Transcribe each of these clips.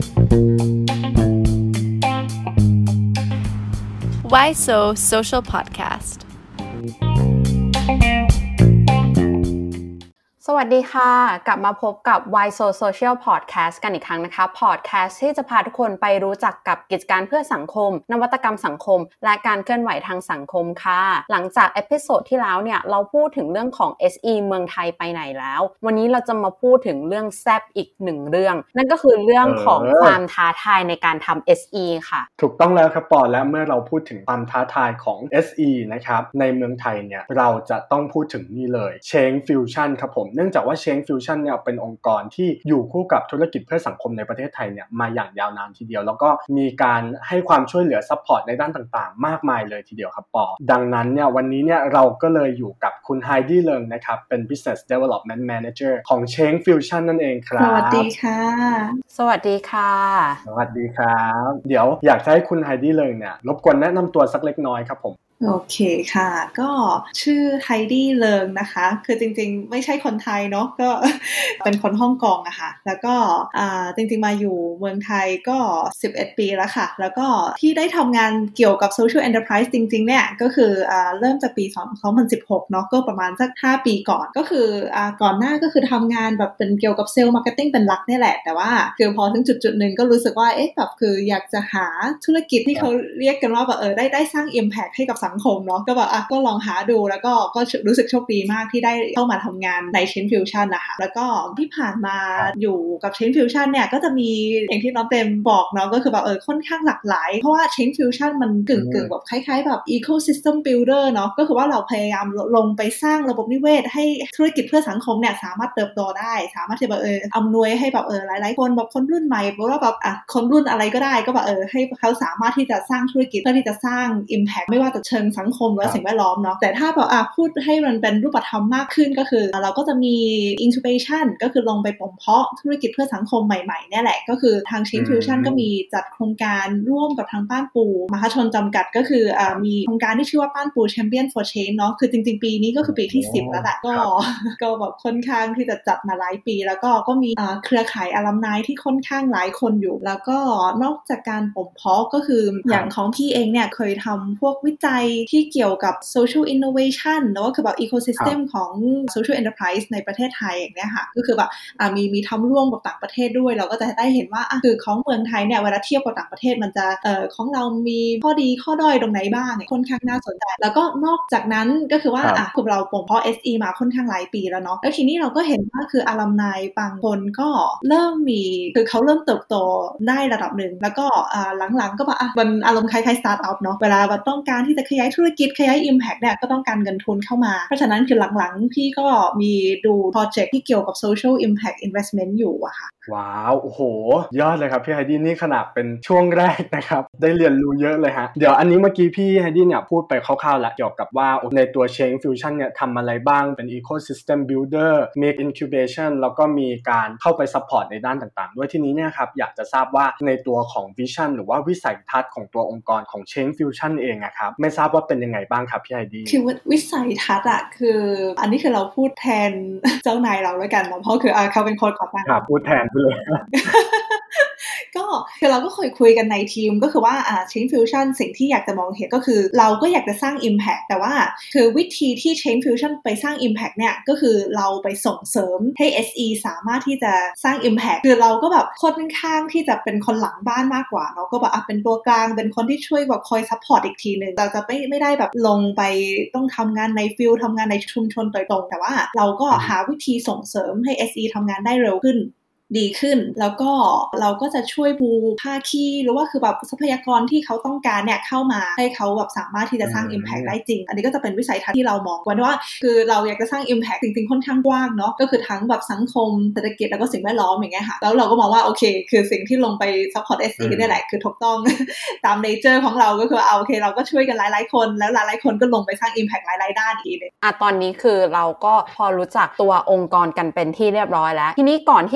Why So Social Podcast สวัสดีค่ะกลับมาพบกับ Why So Social Podcast กันอีกครั้งนะคะ Podcast ที่จะพาทุกคนไปรู้จักกับกิจการเพื่อสังคมนวัตกรรมสังคมและการเคลื่อนไหวทางสังคมค่ะหลังจากเอพิโซดที่แล้วเนี่ยเราพูดถึงเรื่องของ SE เมืองไทยไปไหนแล้ววันนี้เราจะมาพูดถึงเรื่องแซ่บอีกหนึ่งเรื่องนั่นก็คือเรื่องของความท้าทายในการทำ SE ค่ะถูกต้องแล้วครับปอและเมื่อเราพูดถึงความท้าทายของ SE นะครับในเมืองไทยเนี่ยเราจะต้องพูดถึงนี่เลย Change Fusion ครับผมเนื่องจากว่า Change Fusion เนี่ยเป็นองค์กรที่อยู่คู่กับธุรกิจเพื่อสังคมในประเทศไทยเนี่ยมาอย่างยาวนานทีเดียวแล้วก็มีการให้ความช่วยเหลือซัพพอร์ตในด้านต่างๆมากมายเลยทีเดียวครับปอดังนั้นเนี่ยวันนี้เนี่ยเราก็เลยอยู่กับคุณไฮดี้เลิงนะครับเป็น Business Development Manager ของ Change Fusion นั่นเองครับสวัสดีค่ะสวัสดีค่ะสวัสดีครับเดี๋ยวอยากจะให้คุณไฮดี้เลิงเนี่ยรบกวนแนะนำตัวสักเล็กน้อยครับผมโอเคค่ะก็ชื่อไฮดี้เลิงนะคะคือจริงๆไม่ใช่คนไทยเนาะก็ เป็นคนฮ่องกงอะค่ะแล้วก็จริงๆมาอยู่เมืองไทยก็11ปีแล้วค่ะแล้วก็ที่ได้ทำงานเกี่ยวกับ Social Enterprise จริงๆเนี่ยก็คือเริ่มจากปี2016เนาะก็ประมาณสัก5ปีก่อนก็คือก่อนหน้าก็คือทำงานแบบเป็นเกี่ยวกับเซลล์มาร์เก็ตติ้งเป็นหลักนี่แหละแต่ว่าคือพอถึงจุดๆนึงก็รู้สึกว่าเอ๊ะแบบคืออยากจะหาธุรกิจที่เขาเรียกกันว่าแบบได้สร้าง impact ให้กับสังคมเนาะก็แบบก็ลองหาดูแล้วก็รู้สึกโชคดีมากที่ได้เข้ามาทำงานใน Change Fusion นะคะแล้วก็ที่ผ่านมาอยู่กับ Change Fusion เนี่ยก็จะมีอย่างที่น้องเต็มบอกเนาะก็คือแบบค่อนข้างหลากหลายเพราะว่า Change Fusion มันกึ่งแบบคล้ายๆแบบ ecosystem builder เนาะก็คือว่าเราพยายามลงไปสร้างระบบนิเวศให้ธุรกิจเพื่อสังคมเนี่ยสามารถเติบโตได้สามารถที่แบบอำนวยให้แบบหลายๆคนแบบคนรุ่นใหม่หรือว่าแบบคนรุ่นอะไรก็ได้ก็แบบให้เขาสามารถที่จะสร้างธุรกิจเพื่อที่จะสร้าง impact ไม่ว่าจะเชิงสังคมหรือสิ่งแวดล้อมเนาะแต่ถ้าแบบพูดให้มันเป็นรูปธรรมมากขึ้นก็คือเราก็จะมี incubation ก็คือลงไปบ่มเพาะธุรกิจเพื่อสังคมใหม่ๆเนี่ยแหละก็คือทาง Change Fusion ก็มีจัดโครงการร่วมกับทางป้านปูมหาชนจำกัดก็คือมีโครงการที่ชื่อว่าป้านปู Champion for Change เนาะคือจริงๆปีนี้ก็คือปีที่10แล้วแหละก็แบบค่อนข้างที่จะจัดมาหลายปีแล้วก็มีเครือข่ายอลัมไนที่ค่อนข้างหลายคนอยู่แล้วก็นอกจากการบ่มเพาะก็คืออย่างของพี่เองเนี่ยเคยทำพวกวิจัยที่เกี่ยวกับ social innovation แล้วก็คือแบบ ecosystem ของ social enterprise ในประเทศไทยอย่างเนี้ยค่ะก็คือแบบมีทำร่วมกับต่างประเทศด้วยเราก็จะได้เห็นว่าคือของเมืองไทยเนี่ยเวลาเทียบกับต่างประเทศมันจะของเรามีข้อดีข้อด้อยตรงไหนบ้างค่อนข้างน่าสนใจแล้วก็นอกจากนั้นก็คือว่าคือเราบ่มเพาะ SE มาค่อนข้างหลายปีแล้วเนาะแล้วทีนี้เราก็เห็นว่าคืออลัมไนบางคนก็เริ่มมีคือเขาเริ่มเติบโตได้ระดับหนึ่งแล้วก็หลังๆก็แบบมันอารมณ์คล้ายๆสตาร์ทอัพเนาะเวลาต้องการที่จะขยายธุรกิจขยาย impact เนี่ยก็ต้องการเงินทุนเข้ามาเพราะฉะนั้นคือหลังๆพี่ก็มีดูโปรเจกต์ที่เกี่ยวกับ social impact investment อยู่อะค่ะว้าวโอ้โหยอดเลยครับพี่ไฮดี้นี่ขนาดเป็นช่วงแรกนะครับได้เรียนรู้เยอะเลยฮะเดี๋ยวอันนี้เมื่อกี้พี่ไฮดี้เนี่ยพูดไปคร่าวๆแล้วเกี่ยวกับว่าในตัว Change Fusion เนี่ยทำอะไรบ้างเป็น ecosystem builder มี incubation แล้วก็มีการเข้าไป support ในด้านต่างๆด้วยทีนี้เนี่ยครับอยากจะทราบว่าในตัวของ vision หรือว่าวิสัยทัศน์ของตัวองค์กรของ Change Fusion เองอะครับไม่ทราบว่าเป็นยังไงบ้างครับพี่ไฮดี้คือวิสัยทัศน์อะคืออันนี้คือเราพูดแทนเจ้านายเราแล้วกันเนาะเพราะคือเขาเป็นคนก่อตั้งพูดแทนไปเลยก็คือเราก็เคยคุยกันในทีมก็คือว่าChange Fusion สิ่งที่อยากจะมองเห็นก็คือเราก็อยากจะสร้าง impact แต่ว่าคือวิธีที่ Change Fusion ไปสร้าง impact เนี่ยก็คือเราไปส่งเสริมให้ SE สามารถที่จะสร้าง impact คือเราก็แบบค่อนข้างที่จะเป็นคนหลังบ้านมากกว่าเนาะก็แบบเป็นตัวกลางเป็นคนที่ช่วยแบบคอย support อีกทีนึงเราจะไม่ได้แบบลงไปต้องทำงานในฟิลด์ทำงานในชุมชนโดยตรงแต่ว่าเราก็หาวิธีส่งเสริมให้ SE ทำงานได้เร็วขึ้นดีขึ้นแล้วก็เราก็จะช่วยบูภาคีหรือว่าคือแบบทรัพยากรที่เขาต้องการเนี่ยเข้ามาให้เขาแบบสามารถที่จะสร้าง impact ได้จริงอันนี้ก็จะเป็นวิสัยทัศน์ที่เรามองว่าคือเราอยากจะสร้าง impact จริงๆค่อนข้างกว้างเนาะก็คือทั้งแบบสังคมเศรษฐกิจแล้วก็สิ่งแวดล้อมอย่างเงี้ยค่ะแล้วเราก็มองว่าโอเคคือสิ่งที่ลงไป support SE นี่แหละคือถูกต้อง ตาม nature ของเราก็คือโอเคเราก็ช่วยกันหลายๆคนแล้วหลายๆคนก็ลงไปสร้าง impact หลายๆด้านอีกตอนนี้คือเราก็พอรู้จักตัวองค์กรกันเป็นที่เรียบร้อยแล้วทีนี้ก่อนที่เราจะ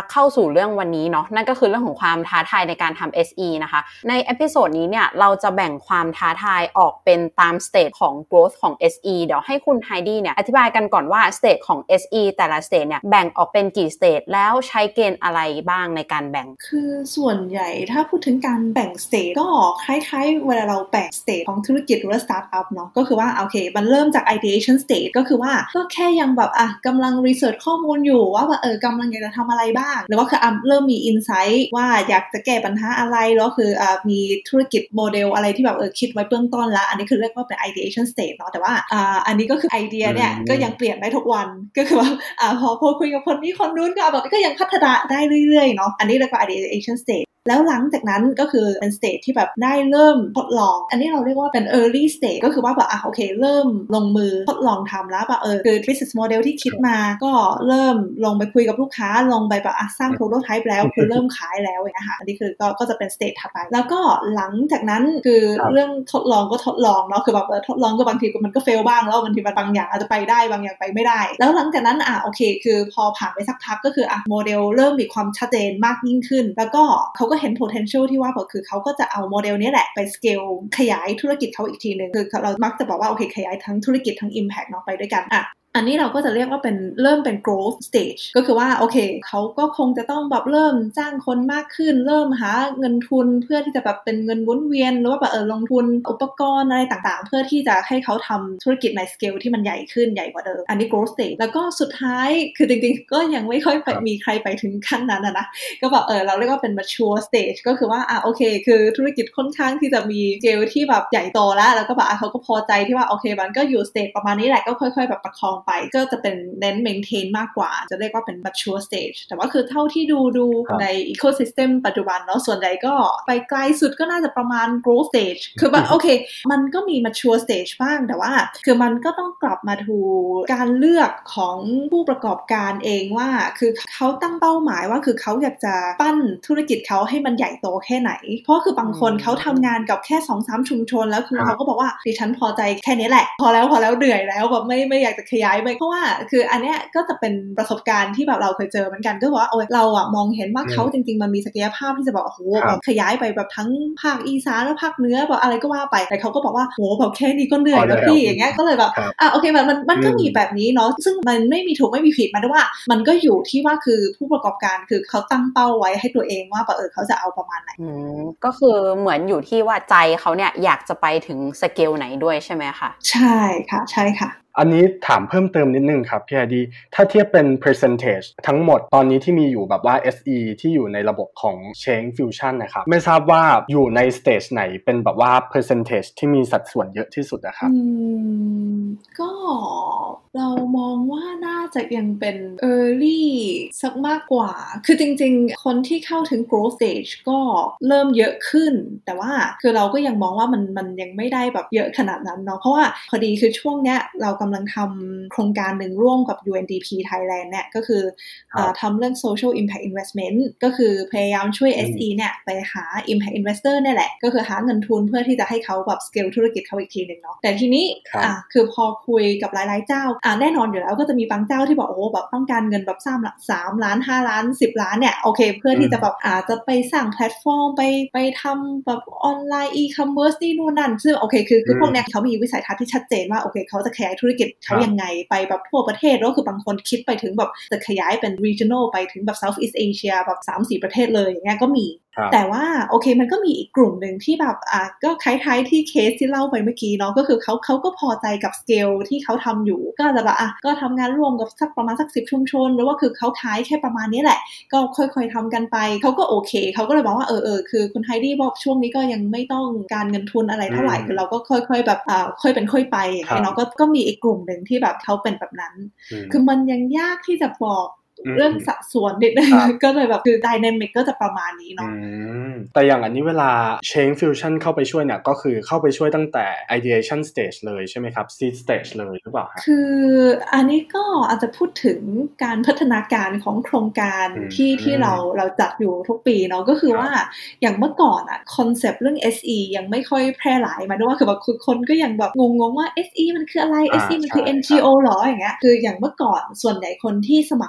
เข้าสู่เรื่องวันนี้เนาะนั่นก็คือเรื่องของความท้าทายในการทำ SE นะคะในเอพิโซดนี้เนี่ยเราจะแบ่งความท้าทายออกเป็นตามสเตจของ growth ของ SE เดี๋ยวให้คุณไฮดี้เนี่ยอธิบายกันก่อนว่าสเตจของ SE แต่ละสเตจเนี่ยแบ่งออกเป็นกี่สเตจแล้วใช้เกณฑ์อะไรบ้างในการแบ่งคือส่วนใหญ่ถ้าพูดถึงการแบ่งสเตจก็คล้ายๆเวลาเราแบ่งสเตจของธุรกิจหรือสตาร์ทอัพเนาะก็คือว่าโอเคมันเริ่มจาก ideation stage ก็คือว่าก็แค่ยังแบบกำลัง research ข้อมูลอยู่ว่ากำลังอยากจะทำอะไรบ้างหรือว่าคือเริ่มมี insight ว่าอยากจะแก้ปัญหาอะไรแล้วคือมีธุรกิจโมเดลอะไรที่แบบคิดไว้เบื้องต้นแล้วอันนี้คือเรียกว่าเป็น ideation stage เนาะแต่ว่าอันนี้ก็คือไอเดียเนี่ยก็ยังเปลี่ยนได้ทุกวันก็คือว่าพอคุยกับคนนี้คนนู้นก็แบบก็ยังพัฒนาได้เรื่อยๆเนาะอันนี้เรียกว่า ideation stageแล้วหลังจากนั้นก็คือเป็น stage ที่แบบได้เริ่มทดลองอันนี้เราเรียกว่าเป็น early stage ก็คือว่าแบบโอเคเริ่มลงมือทดลองทำแล้วคือ business model ที่คิดมาก็เริ่มลงไปคุยกับลูกค้าลงไปสร้าง prototype แล้วคือเริ่มขายแล้วนะคะอันนี้คือก็จะเป็น stage ถัดไปแล้วก็หลังจากนั้นคือเรื่องทดลองก็ทดลองเนาะคือแบบทดลองก็บางทีมันก็ fail บ้างแล้วบางทีบางอย่างอาจจะไปได้บางอย่างไปไม่ได้แล้วหลังจากนั้นโอเคคือพอผ่านไปสักพักก็คือโมเดลเริ่มมีความชัดเจนมากยิ่งขึ้นแล้วก็เขาก็เห็น potential ที่ว่าคือเขาก็จะเอาโมเดลนี้แหละไป scale ขยายธุรกิจเขาอีกทีนึงคือเรามักจะบอกว่าโอเคขยายทั้งธุรกิจทั้ง impact เนาะไปด้วยกันอันนี้เราก็จะเรียกว่าเป็นเริ่มเป็น growth stage ก็คือว่าโอเคเขาก็คงจะต้องแบบเริ่มจ้างคนมากขึ้นเริ่มหาเงินทุนเพื่อที่จะแบบเป็นเงินหมุนเวียนหรือว่าลงทุนอุปกรณ์อะไรต่างๆเพื่อที่จะให้เขาทำธุรกิจใน scale ที่มันใหญ่ขึ้นใหญ่กว่าเดิมอันนี้ growth stage แล้วก็สุดท้ายคือจริงๆก็ยังไม่ค่อยมีใครไปถึงขั้นนั้นนะก็แบบเราเรียกว่าเป็น mature stage ก็คือว่าโอเคคือธุรกิจค่อนข้างที่จะมี scale ที่แบบใหญ่โตแล้วก็แบบเขาก็พอใจที่ว่าโอเคมันก็อยู่ stage ประมาณนี้แหละก็ค่อยๆแบบประคองไปก็จะเป็นเน้น maintain มากกว่าจะเรียกว่าเป็น mature stage แต่ว่าคือเท่าที่ดูใน ecosystem ปัจจุบันเนาะส่วนใหญ่ก็ไปไกลสุดก็น่าจะประมาณ growth stage คือแบบโอเคมันก็มี mature stage บ้างแต่ว่าคือมันก็ต้องกลับมาดูการเลือกของผู้ประกอบการเองว่าคือเขาตั้งเป้าหมายว่าคือเขาอยากจะปั้นธุรกิจเขาให้มันใหญ่โตแค่ไหนเพราะคือบางคนเขาทำงานกับแค่ 2-3 ชุมชนแล้วคือเขาก็บอกว่าดิฉันพอใจแค่นี้แหละพอแล้วเหนื่อยแล้วแบบไม่อยากจะขยายไปเพราะว่าคืออันเนี้ยก็จะเป็นประสบการณ์ที่แบบเราเคยเจอเหมือนกันก็ว่าเรามองเห็นว่าเขาจริงๆมันมีศักยภาพที่จะแบบโอ้โหแบบขยายไปแบบทั้งภาคอีสานและภาคเหนือแบบอะไรก็ว่าไปแต่เขาก็บอกว่าโหแบบแค่นี้ก็เหนื่อยแล้วพี่อย่างเงี้ยก็เลยแบบโอเคมันก็มีแบบนี้เนาะซึ่งมันไม่มีถูกไม่มีผิดมันด้วยว่ามันก็อยู่ที่ว่าคือผู้ประกอบการคือเขาตั้งเป้าไว้ให้ตัวเองว่าเขาจะเอาประมาณไหนก็คือเหมือนอยู่ที่ว่าใจเขาเนี่ยอยากจะไปถึงสเกลไหนด้วยใช่ไหมคะใช่ค่ะใช่ค่ะอันนี้ถามเพิ่มเติมนิดนึงครับพี่ไอดีถ้าเทียบเป็น percentage ทั้งหมดตอนนี้ที่มีอยู่แบบว่า SE ที่อยู่ในระบบของ Change Fusion นะครับไม่ทราบว่าอยู่ใน stage ไหนเป็นแบบว่า percentage ที่มีสัดส่วนเยอะที่สุดนะครับก็เรามองว่าน่าจะยังเป็น early สักมากกว่าคือจริงๆคนที่เข้าถึง growth stage ก็เริ่มเยอะขึ้นแต่ว่าคือเราก็ยังมองว่ามันยังไม่ได้แบบเยอะขนาดนั้นเนาะเพราะว่าพอดีคือช่วงเนี้ยเรากำลังทำโครงการหนึ่งร่วมกับ UNDP Thailand เนี่ยก็คือทำเรื่อง social impact investment ก็คือพยายามช่วย SE เนี่ยไปหา impact investor เนี่ยแหละก็คือหาเงินทุนเพื่อที่จะให้เขาแบบ scale ธุรกิจเขาอีกทีนึงเนาะแต่ทีนี้คือพอคุยกับหลายๆเจ้าแน่นอนอยู่แล้วก็จะมีบางเจ้าที่บอกโอ้แบบต้องการเงินแบบ3 ล้าน5 ล้าน10 ล้านเนี่ยโอเคเพื่อที่จะแบบจะไปสร้างแพลตฟอร์มไปทำแบบออนไลน์ e-commerce นี่นู่นนั่นซึ่งโอเคคือพวกเนี้ยเขามีวิสัยทัศน์ที่ชัดเจนว่าโอเคเขาจะขยายธุรกิจเขายังไงไปแบบทั่วประเทศแล้วคือบางคนคิดไปถึงแบบจะขยายเป็น regional ไปถึงแบบ Southeast Asia แบบ 3-4 ประเทศเลยอย่างเงี้ยก็มีแต่ว่าโอเคมันก็มีอีกกลุ่มหนึ่งที่แบบก็คล้ายๆที่เคสที่เล่าไปเมื่อกี้เนาะก็คือเขาก็พอใจกับสเกลที่เขาทำอยู่ก็จะแบบก็ทำงานร่วมกับสักประมาณสัก10 ชุมชนหรือว่าคือเขาขายแค่ประมาณนี้แหละก็ค่อยๆทำกันไปเขาก็โอเคเขาก็เลยบอกว่าคือคุณไฮดี้บอกช่วงนี้ก็ยังไม่ต้องการเงินทุนอะไรเท่าไหร่คือเราก็ค่อยๆแบบค่อยเป็นค่อยไปอย่างเงี้ยเนาะก็มีอีกกลุ่มหนึ่งที่แบบเขาเป็นแบบนั้นคือมันยังยากที่จะบอกเรื่องสัดส่วนนิดนึงก็เลยแบบคือ dynamic ก็จะประมาณนี้เนาะแต่อย่างอันนี้เวลา Change Fusion เข้าไปช่วยเนี่ยก็คือเข้าไปช่วยตั้งแต่ ideation stage เลยใช่ไหมครับ seed stage เลยหรือเปล่าครับคืออันนี้ก็อาจจะพูดถึงการพัฒนาการของโครงการที่เราจัดอยู่ทุกปีเนาะก็คือว่าอย่างเมื่อก่อนคอนเซปต์เรื่อง SE ยังไม่ค่อยแพร่หลายมาด้วยว่าคือแบบคนก็ยังแบบงงว่า SE มันคืออะไร SE มันคือ NGO หรออย่างเงี้ยคืออย่างเมื่อก่อนส่วนใหญ่คนที่สมัครเข้ามา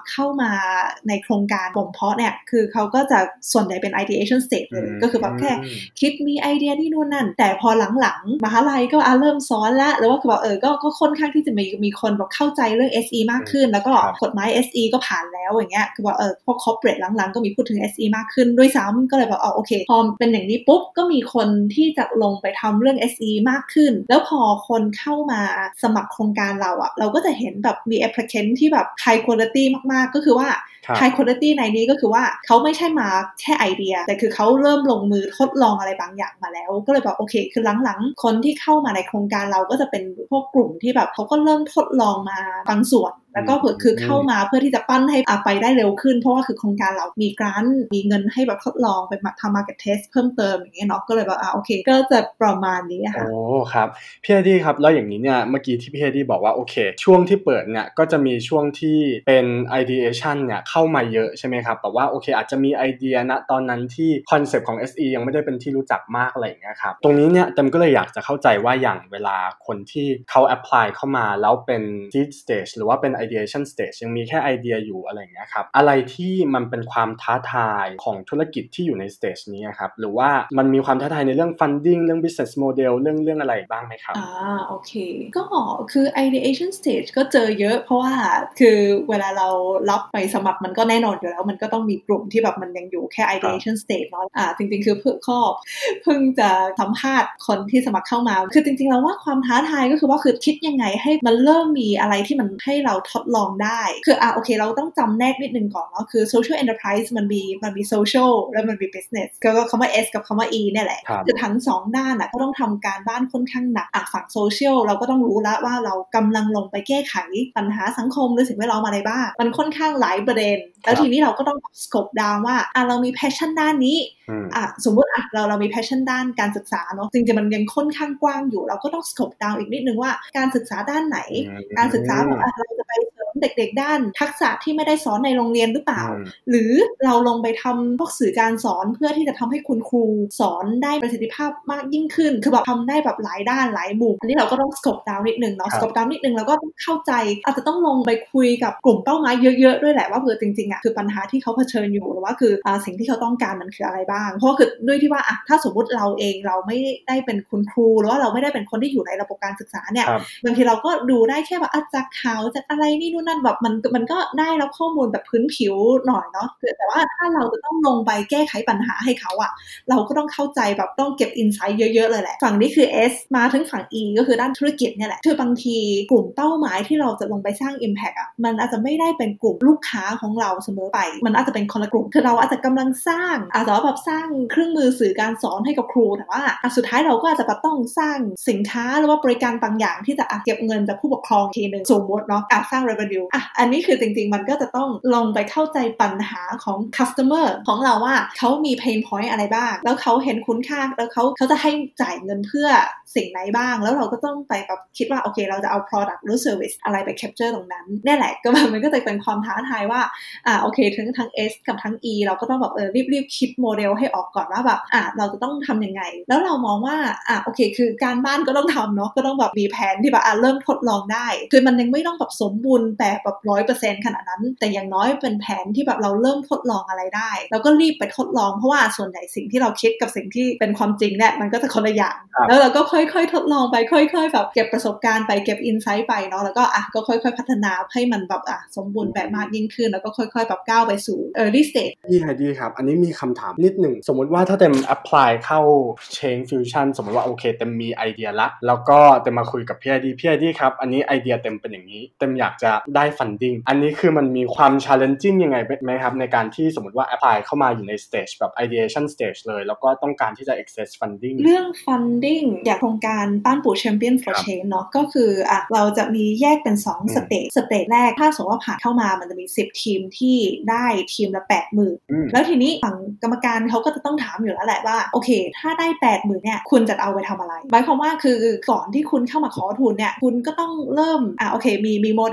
มาในโครงการบ่มเพาะเนี่ยคือเขาก็จะส่วนใหญ่เป็น ideation stage เลยก็คือแบบแค่คิดมีไอเดียนี่นู่นนั่นแต่พอหลังๆมหาลัยก็เริ่มสอนละแล้วว่าคือแบบก็ค่อนข้างที่จะมีคนแบบเข้าใจเรื่อง SE มากขึ้นแล้วก็กฎหมาย SE ก็ผ่านแล้วอย่างเงี้ยคือว่าพวก corporate หลังๆก็มีพูดถึง SE มากขึ้นด้วยซ้ำก็เลยแบบโอเคพอเป็นอย่างนี้ปุ๊บก็มีคนที่จะลงไปทำเรื่อง SE มากขึ้นแล้วพอคนเข้ามาสมัครโครงการเราก็จะเห็นแบบมี applicant ที่แบบ high quality มากๆก็คือว่า high quality ในนี้ก็คือว่าเขาไม่ใช่มาแค่ไอเดียแต่คือเขาเริ่มลงมือทดลองอะไรบางอย่างมาแล้วก็เลยแบบโอเคคือหลังๆคนที่เข้ามาในโครงการเราก็จะเป็นพวกกลุ่มที่แบบเขาก็เริ่มทดลองมาบางส่วนแล้วก็คือเข้ามาเพื่อที่จะปั้นให้ไปได้เร็วขึ้นเพราะว่าคือโครงการเรามีกรานต์มีเงินให้แบบทดลองไปทำ market test เพิ่มเติมอย่างเงี้ยเนาะก็เลยแบบโอเคก็จะประมาณนี้ค่ะโอ้ครับพี่เอดี้ครับแล้วอย่างนี้เนี่ยเมื่อกี้ที่พี่เอดี้บอกว่าโอเคช่วงที่เปิดเนี่ยก็จะมีช่วงที่เป็น ideation เนี่ยเข้ามาเยอะใช่ไหมครับแต่ว่าโอเคอาจจะมีไอเดียณตอนนั้นที่คอนเซปต์ของ SE ยังไม่ได้เป็นที่รู้จักมากอะไรอย่างเงี้ยครับตรงนี้เนี่ยเต็มก็เลยอยากจะเข้าใจว่าอย่างเวลาคนที่เขา apply เข้ามาแล้วเป็น seed stage หรือว่าเป็น ideation stage ยังมีแค่ไอเดียอยู่อะไรอย่างเงี้ยครับอะไรที่มันเป็นความท้าทายของธุรกิจที่อยู่ใน stage นี้ครับหรือว่ามันมีความท้าทายในเรื่อง funding เรื่อง business model เรื่องอะไรบ้างไหมครับโอเคก็คือ ideation stage ก็เจอเยอะเพราะว่าคือเวลาเรารับไปสมัครมันก็แน่นอนอยู่แล้วมันก็ต้องมีกลุ่มที่แบบมันยังอยู่แค่ ideation stage เนาะจริงๆคือเพิ่งจะสัมภาษณ์คนที่สมัครเข้ามาคือจริงๆแล้วว่าความท้าทายก็คือว่าคือคิดยังไงให้มันเริ่มมีอะไรที่มันให้เราทดลองได้คือโอเคเราต้องจำแนกนิดนึงก่อนเนาะคือ social enterprise มันมี social แล้วมันมี business ก็คำว่า S กับคำว่า E เนี่ยแหละคือทั้งสองด้านก็ต้องทำการบ้านค่อนข้างหนักฝั่ง social เราก็ต้องรู้แล้วว่าเรากำลังลงไปแก้ไขปัญหาสังคมหรือสิ่งแวดล้อมอะไรบ้างมันค่อนข้างหลายประเด็นแล้วทีนี้เราก็ต้อง scope down ว่าเรามี passion ด้านนี้สมมติเรามี passion ด้านการศึกษาเนาะจริงๆมันยังค่อนข้างกว้างอยู่เราก็ต้อง scope down อีกนิดนึงว่าการศึกษาด้านไหนการศึกษาแบบเราจะไปเสริมเด็กๆด้านทักษะที่ไม่ได้สอนในโรงเรียนหรือเปล่าหรือเราลงไปทำพวกสื่อการสอนเพื่อที่จะทำให้คุณครูสอนได้ประสิทธิภาพมากยิ่งขึ้นคือแบบทำได้แบบหลายด้านหลายมุมอันนี้เราก็ต้อง scope down นิดนึงเนาะ scope down นิดนึงแล้วก็ต้องเข้าใจอาจจะต้องลงไปคุยกับกลุ่มเป้าหมายเยอะๆด้วยแหละว่าจริงๆคือปัญหาที่เขาเผชิญอยู่หรือว่าคือสิ่งที่เขาต้องการมันคืออะไรบ้างเพราะคือด้วยที่ว่าถ้าสมมติเราเองเราไม่ได้เป็นคุณครูหรือว่าเราไม่ได้เป็นคนที่อยู่ในระบบการศึกษาเนี่ยบางทีเราก็ดูได้แค่ว่าจากข่าวจากอะไรนี่นู่นนั่นแบบมันก็ได้รับข้อมูลแบบพื้นผิวหน่อยเนาะแต่ว่าถ้าเราจะต้องลงไปแก้ไขปัญหาให้เขาเราก็ต้องเข้าใจแบบต้องเก็บอินไซต์เยอะๆเลยแหละฝั่งนี้คือ S มาถึงฝั่ง E ก็คือด้านธุรกิจเนี่ยแหละคือบางทีกลุ่มเป้าหมายที่เราจะลงไปสร้าง impact มันอาจจะไม่ได้เป็นกลุ่มลูกค้าของเราเสมอไปมันอาจจะเป็นคนละกลุ่มคือเราอาจจะกำลังสร้างแต่ว่าแบบสร้างเครื่องมือสื่อการสอนให้กับครูแต่ว่าสุดท้ายเราก็อาจจะต้องสร้างสินค้าหรือว่าบริการบางอย่างที่จะเก็บเงินจากผู้ปกครองทีนึงสมมติเนาะสร้าง revenue อันนี้คือจริงๆมันก็จะต้องลงไปเข้าใจปัญหาของ customer ของเราว่าเขามี pain point อะไรบ้างแล้วเขาเห็นคุณค่าแล้วเขาจะให้จ่ายเงินเพื่อสิ่งไหนบ้างแล้วเราก็ต้องไปแบบคิดว่าโอเคเราจะเอา product หรือ service อะไรไป capture ตรงนั้นนี่แหละก็มันก็จะเป็นความท้าทายว่าโอเคทั้ง S กับทั้ง E เราก็ต้องแบบรีบคิดโมเดลให้ออกก่อนว่าแบบเราจะต้องทำยังไงแล้วเรามองว่าโอเคคือการบ้านก็ต้องทำเนาะก็ต้องแบบมีแผนที่แบบเริ่มทดลองได้คือมันยังไม่ต้องแบบสมบูรณ์แบบ 100% ขนาดนั้นแต่อย่างน้อยเป็นแผนที่แบบเราเริ่มทดลองอะไรได้แล้วก็รีบไปทดลองเพราะว่าส่วนใหญ่สิ่งที่เราคิดกับสิ่งที่เป็นความจริงเนี่ยมันก็จะคนละอย่างแล้วเราก็ค่อยๆทดลองไปค่อยๆแบบเก็บประสบการณ์ไปเก็บอินไซต์ไปเนาะแล้วก็ก็ค่อยๆพัฒนาให้มันแบบสมบูรณ์แบบมากยิ่งขึ้นแล้วก็ค่อยๆแบบก้าวไปสู่ early stage ดีครับอันนี้มีคำถามนิดหนึ่งสมมุติว่าถ้าเต็ม apply เข้า Change Fusion สมมติว่าโอเคเต็มมีไอเดียละแล้วก็เต็มมาคุยกับพี่ไอดีครับอันนี้ไอเดียเต็มเป็นอย่างนี้เต็มอยากจะได้ funding อันนี้คือมันมีความ challenging ยังไงไหมครับในการที่สมมติว่า apply เข้ามาอยู่ใน stage แบบ ideation stage เลยแล้วก็ต้องการที่จะ access funding เรื่อง funding อย่างโครงการป้านปู่ Champion for Change เนาะก็คือเราจะมีแยกเป็น2สเตจแรกถ้าสมมติว่าผ่านเข้ามามันจะมี10ทีมที่ได้ทีมละ 80,000 แล้วทีนี้ฝั่งกรรมการเขาก็จะต้องถามอยู่แล้วแหละว่าโอเคถ้าได้ 80,000 เนี่ยคุณจะเอาไปทำอะไรหมายความว่าคือก่อนที่คุณเข้ามาขอทุนเนี่ยคุณก็ต้องเริ่มโอเคมีโมเดลที่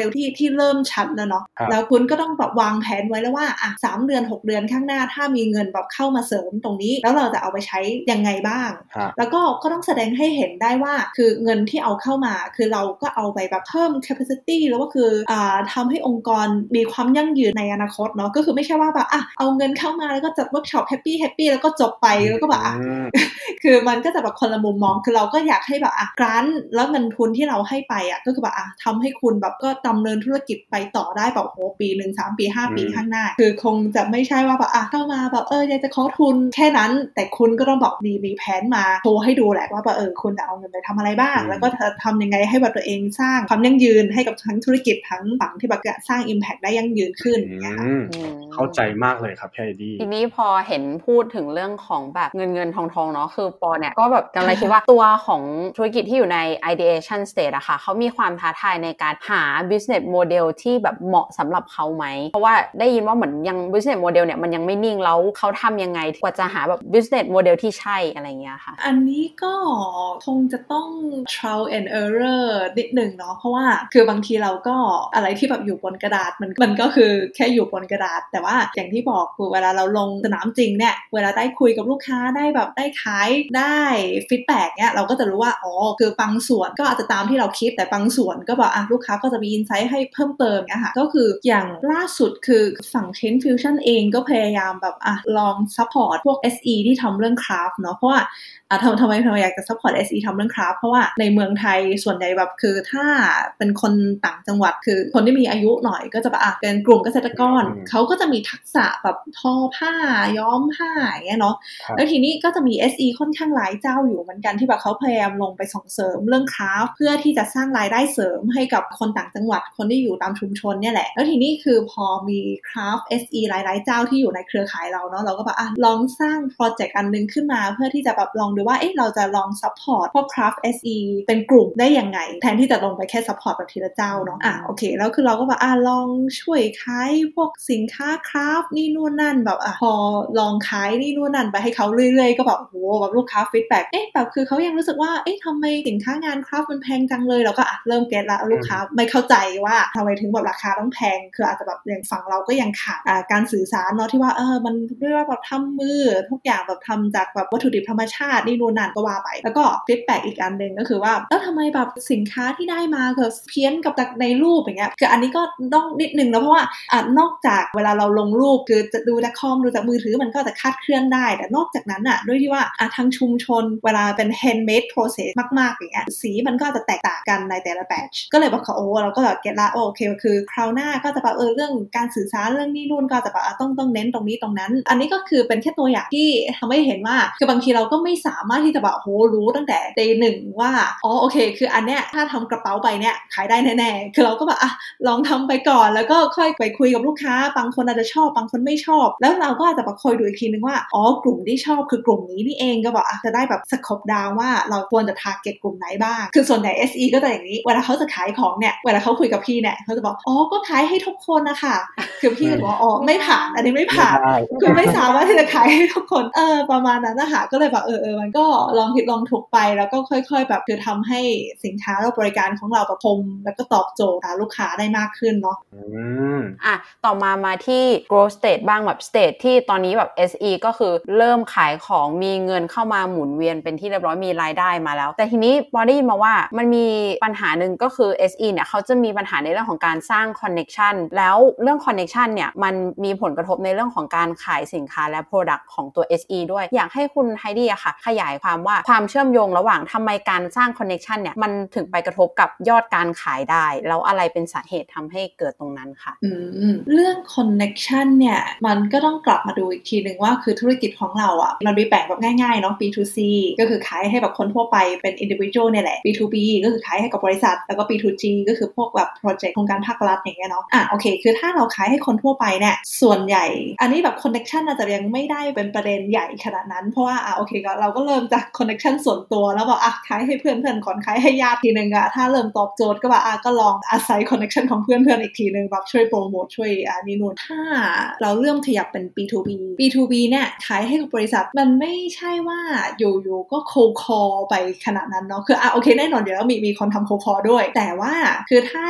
เริ่มชัดแล้วเนาะแล้วคุณก็ต้องแบบวางแผนไว้แล้วว่า3 เดือน 6 เดือนข้างหน้าถ้ามีเงินแบบเข้ามาเสริมตรงนี้แล้วเราจะเอาไปใช้ยังไงบ้างแล้วก็ต้องแสดงให้เห็นได้ว่าคือเงินที่เอาเข้ามาคือเราก็เอาไปแบบเพิ่ม capacity แล้วก็คือทำให้องค์กรมีความยั่งยืนในอนาคตเนาะก็คือไม่ใช่ว่าแบบเอาเงินเข้ามาแล้วก็จัดเวิร์กช็อปแฮปปี้แล้วก็จบไปแล้วก็แบบคือมันก็จะแบบคนละมุมมองคือเราก็อยากให้แบบกรานต์แล้วเงินทุนที่เราให้ไปก็คือแบบทำให้คุณแบบก็ดำเนินธุรกิจไปต่อได้แบบโหปี 1 3 ปี 5 ปีข้างหน้าคือคงจะไม่ใช่ว่าแบบเข้ามาแบบอยากจะขอทุนแค่นั้นแต่คุณก็ต้องบอกมีแผนมาโชว์ให้ดูแหละว่าแบบคุณจะเอาเงินไปทำอะไรบ้างแล้วก็ทำยังไงให้แบบตัวเองสร้างความยั่งยืนให้กับทั้งธุรกิจทั้งฝั่งที่แบบสร้าง impact ได้ยั่งยืนขึ้นเนี่ยค่ะเข้าใจมากเลยครับพี่ไอดีทีนี้พอเห็นพูดถึงเรื่องของแบบเงินทองเนาะคือปอเนี่ยก็แบบกำลังคิดว่าตัวของธุรกิจที่อยู่ใน ideation stage อะค่ะเขามีความท้าทายในการหา business model ที่แบบเหมาะสำหรับเขาไหมเพราะว่าได้ยินว่าเหมือนยัง business model เนี่ยมันยังไม่นิ่งแล้วเขาทำยังไงกว่าจะหาแบบ business model ที่ใช่อะไรเงี้ยค่ะอันนี้ก็คงจะต้อง trial and error นิดหนึ่งเนาะเพราะว่าคือบางทีเราก็อะไรที่แบบอยู่บนกระดาษมันก็คือแค่อยู่บนกระดาษแต่ว่าอย่างที่บอกคือเวลาเราลงสนามจริงเนี่ยเวลาได้คุยกับลูกค้าได้แบบได้ขายได้ฟีดแบ็กเนี่ยเราก็จะรู้ว่าคือบางส่วนก็อาจจะตามที่เราคิดแต่บางส่วนก็แบบลูกค้าก็จะมีอินไซต์ให้เพิ่มเติมเนี่ยค่ะก็คืออย่างล่าสุดคือฝั่ง Change Fusion เองก็พยายามแบบลองซัพพอร์ตพวก SE ที่ทำเรื่องคราฟต์เนาะเพราะว่าทำไมอยากจะซัพพอร์ต SE ทำเรื่องคราฟต์เพราะว่าในเมืองไทยส่วนใหญ่แบบคือถ้าเป็นคนต่างจังหวัดคือคนที่มีอายุหน่อยก็จะแบบเป็นกลุ่มเกษตรกรเขาก็จะมีทักษะแบบทอผ้าย้อมผ้าอย่างเงี้ยเนาะแล้วทีนี้ก็จะมี SE ค่อนข้างหลายเจ้าอยู่เหมือนกันที่แบบเขาพยายามลงไปส่งเสริมเรื่องคราฟต์เพื่อที่จะสร้างรายได้เสริมให้กับคนต่างจังหวัดคนที่อยู่ตามชุมชนเนี่ยแหละแล้วทีนี้คือพอมีคราฟต์ SE หลายๆเจ้าที่อยู่ในเครือข่ายเราเนาะเราก็แบบลองสร้างโปรเจกต์อันนึงขึ้นมาเพื่อที่จะแบบลองดูว่าเราจะลองซัพพอร์ตพวก craft SE เป็นกลุ่มได้ยังไงแทนที่จะลงไปแค่ซัพพอร์ตแบบทีละเจ้าเนาะโอเคแล้วคือเราก็แบบลองช่วยขายพวกสินค้า craft นี่นู่นนั่นแบบพอลองขายนี่นู่นนั่นไปให้เขาเรื่อยๆก็แบบโหแบบลูกค้าฟีดแบ็กแบบคือเขายังรู้สึกว่าทำไมสินค้างาน craft มันแพงจังเลยเราก็เริ่มเก็ตละลูกค้าไม่เข้าใจว่าทำไมถึงแบบราคาต้องแพงคืออาจจะแบบอย่างฝั่งเราก็ยังขาดการสื่อสารเนาะที่ว่ามันด้วยว่าแบบทำมือทุกอย่างแบบทำจากแบบวัตถุดิบธรรมชาตินี่นู่นนั่นก็ว่าไปแล้วก็ฟีดแบ็กอีกอันนึงก็คือว่าแล้วทำไมแบบสินค้าที่ได้มาก็เพี้ยนกับจากในรูปอย่างเงี้ยคืออันนี้ก็ต้องนิดนึงนะเพราะว่านอกจากเวลาเราลงรูปคือจะดูจากคอมดูจากมือถือมันก็จะคาดเคลื่อนได้แต่นอกจากนั้นด้วยที่ว่าทางชุมชนเวลาเป็น handmade process มากๆอย่างเงี้ยสีมันก็จะแตกต่างกันในแต่ละแบทช์ก็เลยบอกเราก็แบบเก็ตละโอเคคือคราวหน้าก็จะแบบเรื่องการสื่อสารเรื่องนี้นู่นก็จะแบบต้องเน้นตรงนี้ตรงนั้นอันนี้ก็คือเป็นแค่ตัวอย่างที่ทำให้เห็นว่าคือบางทีเราก็ไม่สามารถที่จะแบบรู้ตั้งแต่ day 1ว่าโอเคคืออันเนี้ยถ้าทำกระเป๋าใบเนี้ยขายได้แน่ๆคือเราก็แบบลองทำไปก่อนแล้วก็ค่อยไปคุยกับลูกค้าบางคนอาจจะชอบบางคนไม่ชอบแล้วเราก็อาจจะคอยดูอีกทีนึงว่ากลุ่มที่ชอบคือกลุ่มนี้นี่เองก็บอกจะได้แบบสโคปดาวว่าเราควรจะ target กลุ่มไหนบ้างคือส่วนใหญ่ SE ก็จะอย่างนี้เวลาเขาจะขายของเนี่ยเวลาเขาคุยกับพี่เนี่ยเขาจะบอกก็ขายให้ทุกคนนะคะคือพี่จะบอกไม่ผ่านอันนี้ไม่ผ่านคือไม่สามารถที่จะขายให้ทุกคนประมาณนั้นนะคะก็เลยแบบมันก็ลองผิดลองถูกไปแล้วก็ค่อยๆแบบคือทำให้สินค้าและบริการของเราประคมแล้วก็ตอบโจทย์ลูกค้าได้มากขึ้นเนาะต่อมาที่ growth stage บ้างแบบ stage ที่ตอนนี้แบบ SE ก็คือเริ่มขายของมีเงินเข้ามาหมุนเวียนเป็นที่เรียบร้อยมีรายได้มาแล้วแต่ทีนี้พอได้ยินมาว่ามันมีปัญหาหนึ่งก็คือ SE เนี่ยเขาจะมีปัญหาในเรื่องของการสร้าง connection แล้วเรื่อง connection เนี่ยมันมีผลกระทบในเรื่องของการขายสินค้าและ product ของตัว SE ด้วยอยากให้คุณไฮดี้ค่ะขยายความว่าความเชื่อมโยงระหว่างทำไมการสร้าง connection เนี่ยมันถึงไปกระทบกับยอดการขายได้แล้วอะไรเป็นสาเหตุทำให้เกิดตรงนั้นค่ะเรื่อง connection เนี่ยมันก็ต้องกลับมาดูอีกทีนึงว่าคือธุรกิจของเรามันมีแบ่งแบบง่ายๆเนาะ B2C ก็คือขายให้แบบคนทั่วไปเป็น individual เนี่ยแหละ B2B ก็คือขายให้กับบริษัทแล้วก็ B2G ก็คือพวกแบบ project โครงการภาครัฐอย่างเงี้ยเนาะโอเคคือถ้าเราขายให้คนทั่วไปเนี่ยส่วนใหญ่อันนี้แบบ connection อาจจะยังไม่ได้เป็นประเด็นใหญ่ขนาดนั้นเพราะว่าโอเคก็เราก็เริ่มจาก connection ส่วนตัวแล้วบอกขายให้เพื่อนๆก่อนขายให้ญาติทีนึงถ้าเริ่มตอบโจทย์ก็แบบก็ลองอาศัย connection ของเพื่อนๆอีกทีนึงแบบช่วยโปรโมทช่วยนี่นู่นถ้าเราเริ่มขยับเป็น B2B เนี่ยขายให้กับบริษัทมันไม่ใช่ว่าอยู่ๆก็ cold call ไปขนาดนั้นเนาะคือโอเคแน่นอนเดี๋ยวมีคนทำ cold call ด้วยแต่ว่าคือถ้าอยากให้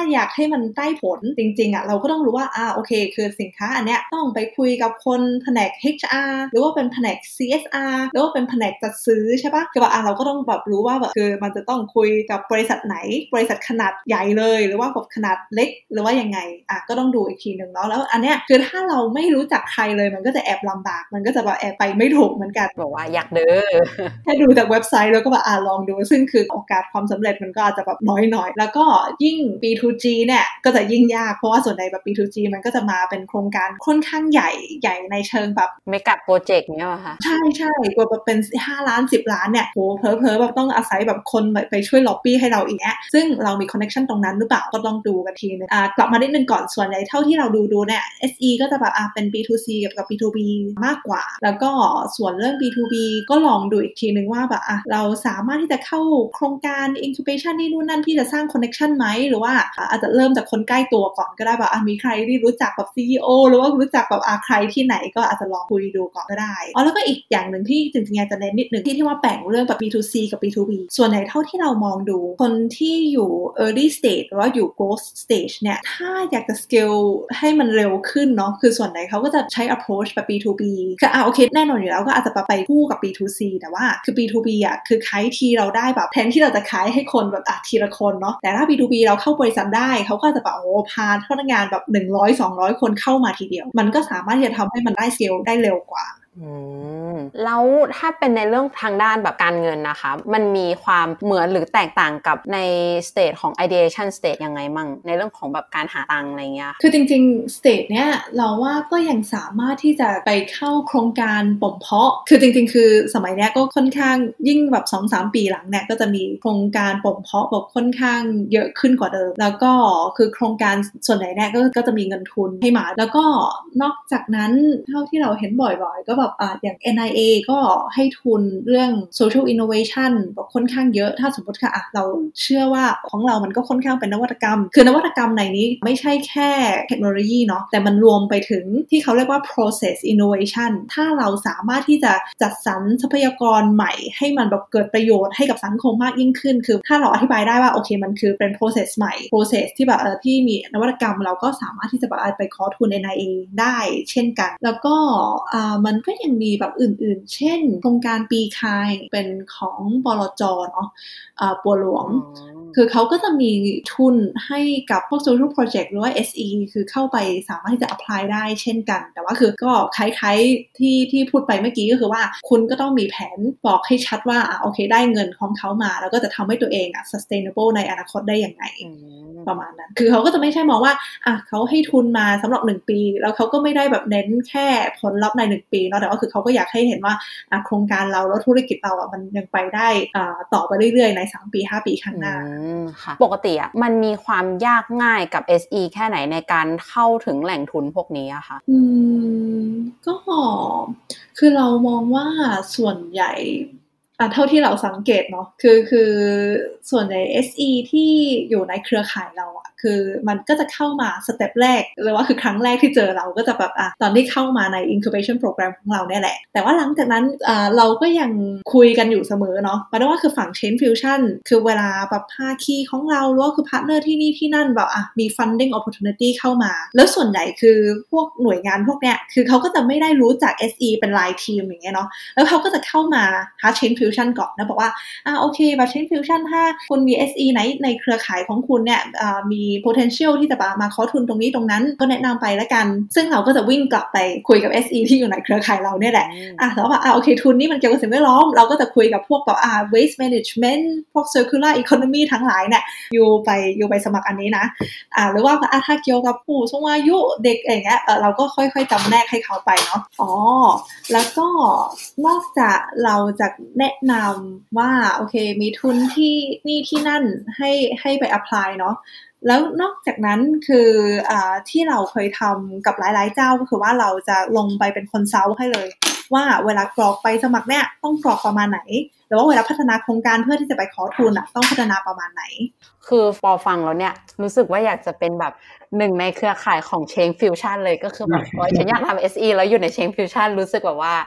มันได้ผลจริงๆเราก็ต้องรู้ว่าโอเคคือสินค้าอันเนี้ยต้องไปคุยกับคนแผนก HR หรือว่าเป็นแผนก CSR หรือว่าเป็นแผนกจัดซื้อใช่ปะคือว่าเราก็ต้องแบบรู้ว่าแบบคือมันจะต้องคุยกับบริษัทไหนบริษัทขนาดใหญ่เลยหรือว่าแบบขนาดเล็กหรือว่ายังไงก็ต้องดูอีกทีนึงเนาะแล้วอันเนี้ยคือถ้าเราไม่รู้จักใครเลยมันก็จะแอบลำบากมันก็จะแบบแอบไปไม่ถูกเหมือนกันบอกว่าอยากเด้อแค่ดูจากเว็บไซต์แล้วก็แบบลองดูซึ่งคือโอกาสความสำเร็จมันก็อาจจะแบบน้อยหน่อยแล้วก็ยิ่ง B2G เนี่ยก็จะยิ่งยากเพราะว่าส่วนใหญ่แบบ B2G มันก็จะมาเป็นโครงการค่อนข้างใหญ่ในเชิงแบบเมกะโปรเจกต์เนี่ยค่ะใช่ๆกว่าแบบเป็น5ล้าน10ล้านเนี่ยโหเผลอๆแบบต้องอาศัยแบบคนไปช่วยล็อบบี้ให้เราอีกซึ่งเรามีคอนเนคชั่นตรงนั้นหรือเปล่าก็ต้องดูกันทีนึงกลับมานิดนึงก่อนส่วนใหญ่เท่าที่เราดูเนี่ย SE ก็จะแบบเป็น B2C กับ B2B มากกว่าแล้วก็ส่วนเรื่อง B2B ก็ลองดูอีกทีนึงว่าแบบเราสามารถที่จะเข้าโครงการ incubation นี่นู่นนั่นที่จะสร้าง connection ไหมหรือว่าอาจจะเริ่มจากคนใกล้ตัวก่อนก็ได้แบบมีใครที่รู้จักแบบ CEO หรือว่ารู้จักแบบใครที่ไหนก็อาจจะลองคุยดูก่อนก็ได้แล้วก็อีกอย่างหนึ่งที่จริงๆอยากจะเน้นนิดนึงที่ว่าแบ่งเรื่องแบบ B2C กับ B2B ส่วนไหนเท่าที่เรามองดูคนที่อยู่ early stage หรือว่าอยู่ growth stage เนี่ยถ้าอยากจะ scale ให้มันเร็วขึ้นเนาะคือส่วนไหนเขาก็จะใช้ approach แบบ B2B คือโอเคแน่นอนอยู่แล้วก็อาจจะไปคู่กับ B2C แต่ว่าคือ B2B คือขายทีเราได้แบบแทนที่เราจะขายให้คนแบบทีละคนเนาะแต่ถ้า B2B เราเข้าบริษัทได้เขาก็จะแบบพาพนักงานแบบ100-200 คนเข้ามาทีเดียวมันก็สามารถที่จะทำให้มันได้ scale ได้เร็วกว่าแล้วถ้าเป็นในเรื่องทางด้านแบบการเงินนะคะมันมีความเหมือนหรือแตกต่างกับใน stage ของ ideation stage ยังไงมั่งในเรื่องของแบบการหาตังค์อะไรเงี้ยคือจริงๆ stage เนี้ยเราว่าก็ยังสามารถที่จะไปเข้าโครงการบ่มเพาะคือจริงๆคือสมัยเนี้ยก็ค่อนข้างยิ่งแบบ 2-3 ปีหลังเนี่ยก็จะมีโครงการบ่มเพาะแบบค่อนข้างเยอะขึ้นกว่าเดิมแล้วก็คือโครงการส่วนไหนเนี่ยก็จะมีเงินทุนให้มาแล้วก็นอกจากนั้นเท่าที่เราเห็นบ่อยๆก็แบบอย่าง NIA ก็ให้ทุนเรื่อง social innovation แบบค่อนข้างเยอะถ้าสมมติค่ะเราเชื่อว่าของเรามันก็ค่อนข้างเป็นนวัตกรรมคือนวัตกรรมในนี้ไม่ใช่แค่เทคโนโลยีเนาะแต่มันรวมไปถึงที่เขาเรียกว่า process innovation ถ้าเราสามารถที่จะจัดสรรทรัพยากรใหม่ให้มันแบบเกิดประโยชน์ให้กับสังคมมากยิ่งขึ้นคือถ้าเราอธิบายได้ว่าโอเคมันคือเป็น process ใหม่ process ที่แบบที่มีนวัตกรรมเราก็สามารถที่จะแบบไปขอทุน NIA ได้เช่นกันแล้วก็มันก็ยังมีแบบอื่นๆเช่นโครงการปีคายเป็นของบลจ.เนาะบัวหลวงคือเขาก็จะมีทุนให้กับพวก social project หรือว่า SE คือเข้าไปสามารถที่จะ apply ได้เช่นกันแต่ว่าคือก็คล้ายๆที่พูดไปเมื่อกี้ก็คือว่าคุณก็ต้องมีแผนบอกให้ชัดว่าโอเคได้เงินของเขามาแล้วก็จะทำให้ตัวเอง sustainable ในอนาคตได้อย่างไรประมาณนั้นคือเขาก็จะไม่ใช่มองว่าเขาให้ทุนมาสำหรับ1ปีแล้วเขาก็ไม่ได้แบบเน้นแค่ผลลัพธ์ใน1ปีเนาะแต่ว่าคือเขาก็อยากให้เห็นว่าโครงการเราแล้วธุรกิจเรามันยังไปได้ต่อไปเรื่อยๆใน3ปี5ปีข้างหน้าค่ะปกติมันมีความยากง่ายกับ SE แค่ไหนในการเข้าถึงแหล่งทุนพวกนี้อะคะก็คือเรามองว่าส่วนใหญ่เท่าที่เราสังเกตเนาะคือส่วนใหญ่ SE ที่อยู่ในเครือข่ายเราคือมันก็จะเข้ามาสเต็ปแรกหรือว่าคือครั้งแรกที่เจอเราก็จะแบบตอนที่เข้ามาใน incubation program ของเราเนี่ยแหละแต่ว่าหลังจากนั้นเราก็ยังคุยกันอยู่เสมอเนาะหมายถึงว่าคือฝั่ง Chain Fusion คือเวลาแบบภาคีของเราหรือว่าคือพาร์ทเนอร์ที่นี่ที่นั่นแบบมี funding opportunity เข้ามาแล้วส่วนใหญ่คือพวกหน่วยงานพวกเนี้ยคือเขาก็จะไม่ได้รู้จัก SE เป็นรายทีมอย่างเงี้ยเนาะแล้วเขาก็จะเข้ามาหา Chain Fusion ก่อนนะบอกว่าโอเคแบบ Chain Fusion ถ้าคุณมี SE ไหนในเครือข่ายของคุณเนี่ยมี potential ที่จะมาขอทุนตรงนี้ตรงนั้นก็แนะนำไปแล้วกันซึ่งเราก็จะวิ่งกลับไปคุยกับ SE ที่อยู่ในเครือข่ายเราเนี่ยแหละแล้วว่าโอเคทุนนี้มันเกี่ยวกับสิ่งแวดล้อมเราก็จะคุยกับพวกแบบwaste management พวก circular economy ทั้งหลายเนี่ยอยู่ไปสมัครอันนี้นะหรือว่าถ้าเกี่ยวกับผู้สูงอายุเด็กอย่างเงี้ยเราก็ค่อยๆจำแนกให้เขาไปเนาะแล้วก็นอกจากเราจะแนะนำว่าโอเคมีทุนที่นี่ที่นั่นให้ไป apply เนาะแล้วนอกจากนั้นคือที่เราเคยทำกับหลายๆเจ้าก็คือว่าเราจะลงไปเป็นคอนซัลท์ให้เลยว่าเวลากรอกไปสมัครเนี่ยต้องกรอกประมาณไหนหรือว่าเวลาพัฒนาโครงการเพื่อที่จะไปขอทุนต้องพัฒนาประมาณไหนคือพอฟังแล้วเนี่ยรู้สึกว่าอยากจะเป็นแบบหนึ่งในเครือข่ายของ Chain Fusion เลยก็คือแบบฉันอยากทำ SE แล้วอยู่ใน Chain Fusion รู้สึกแบบว่า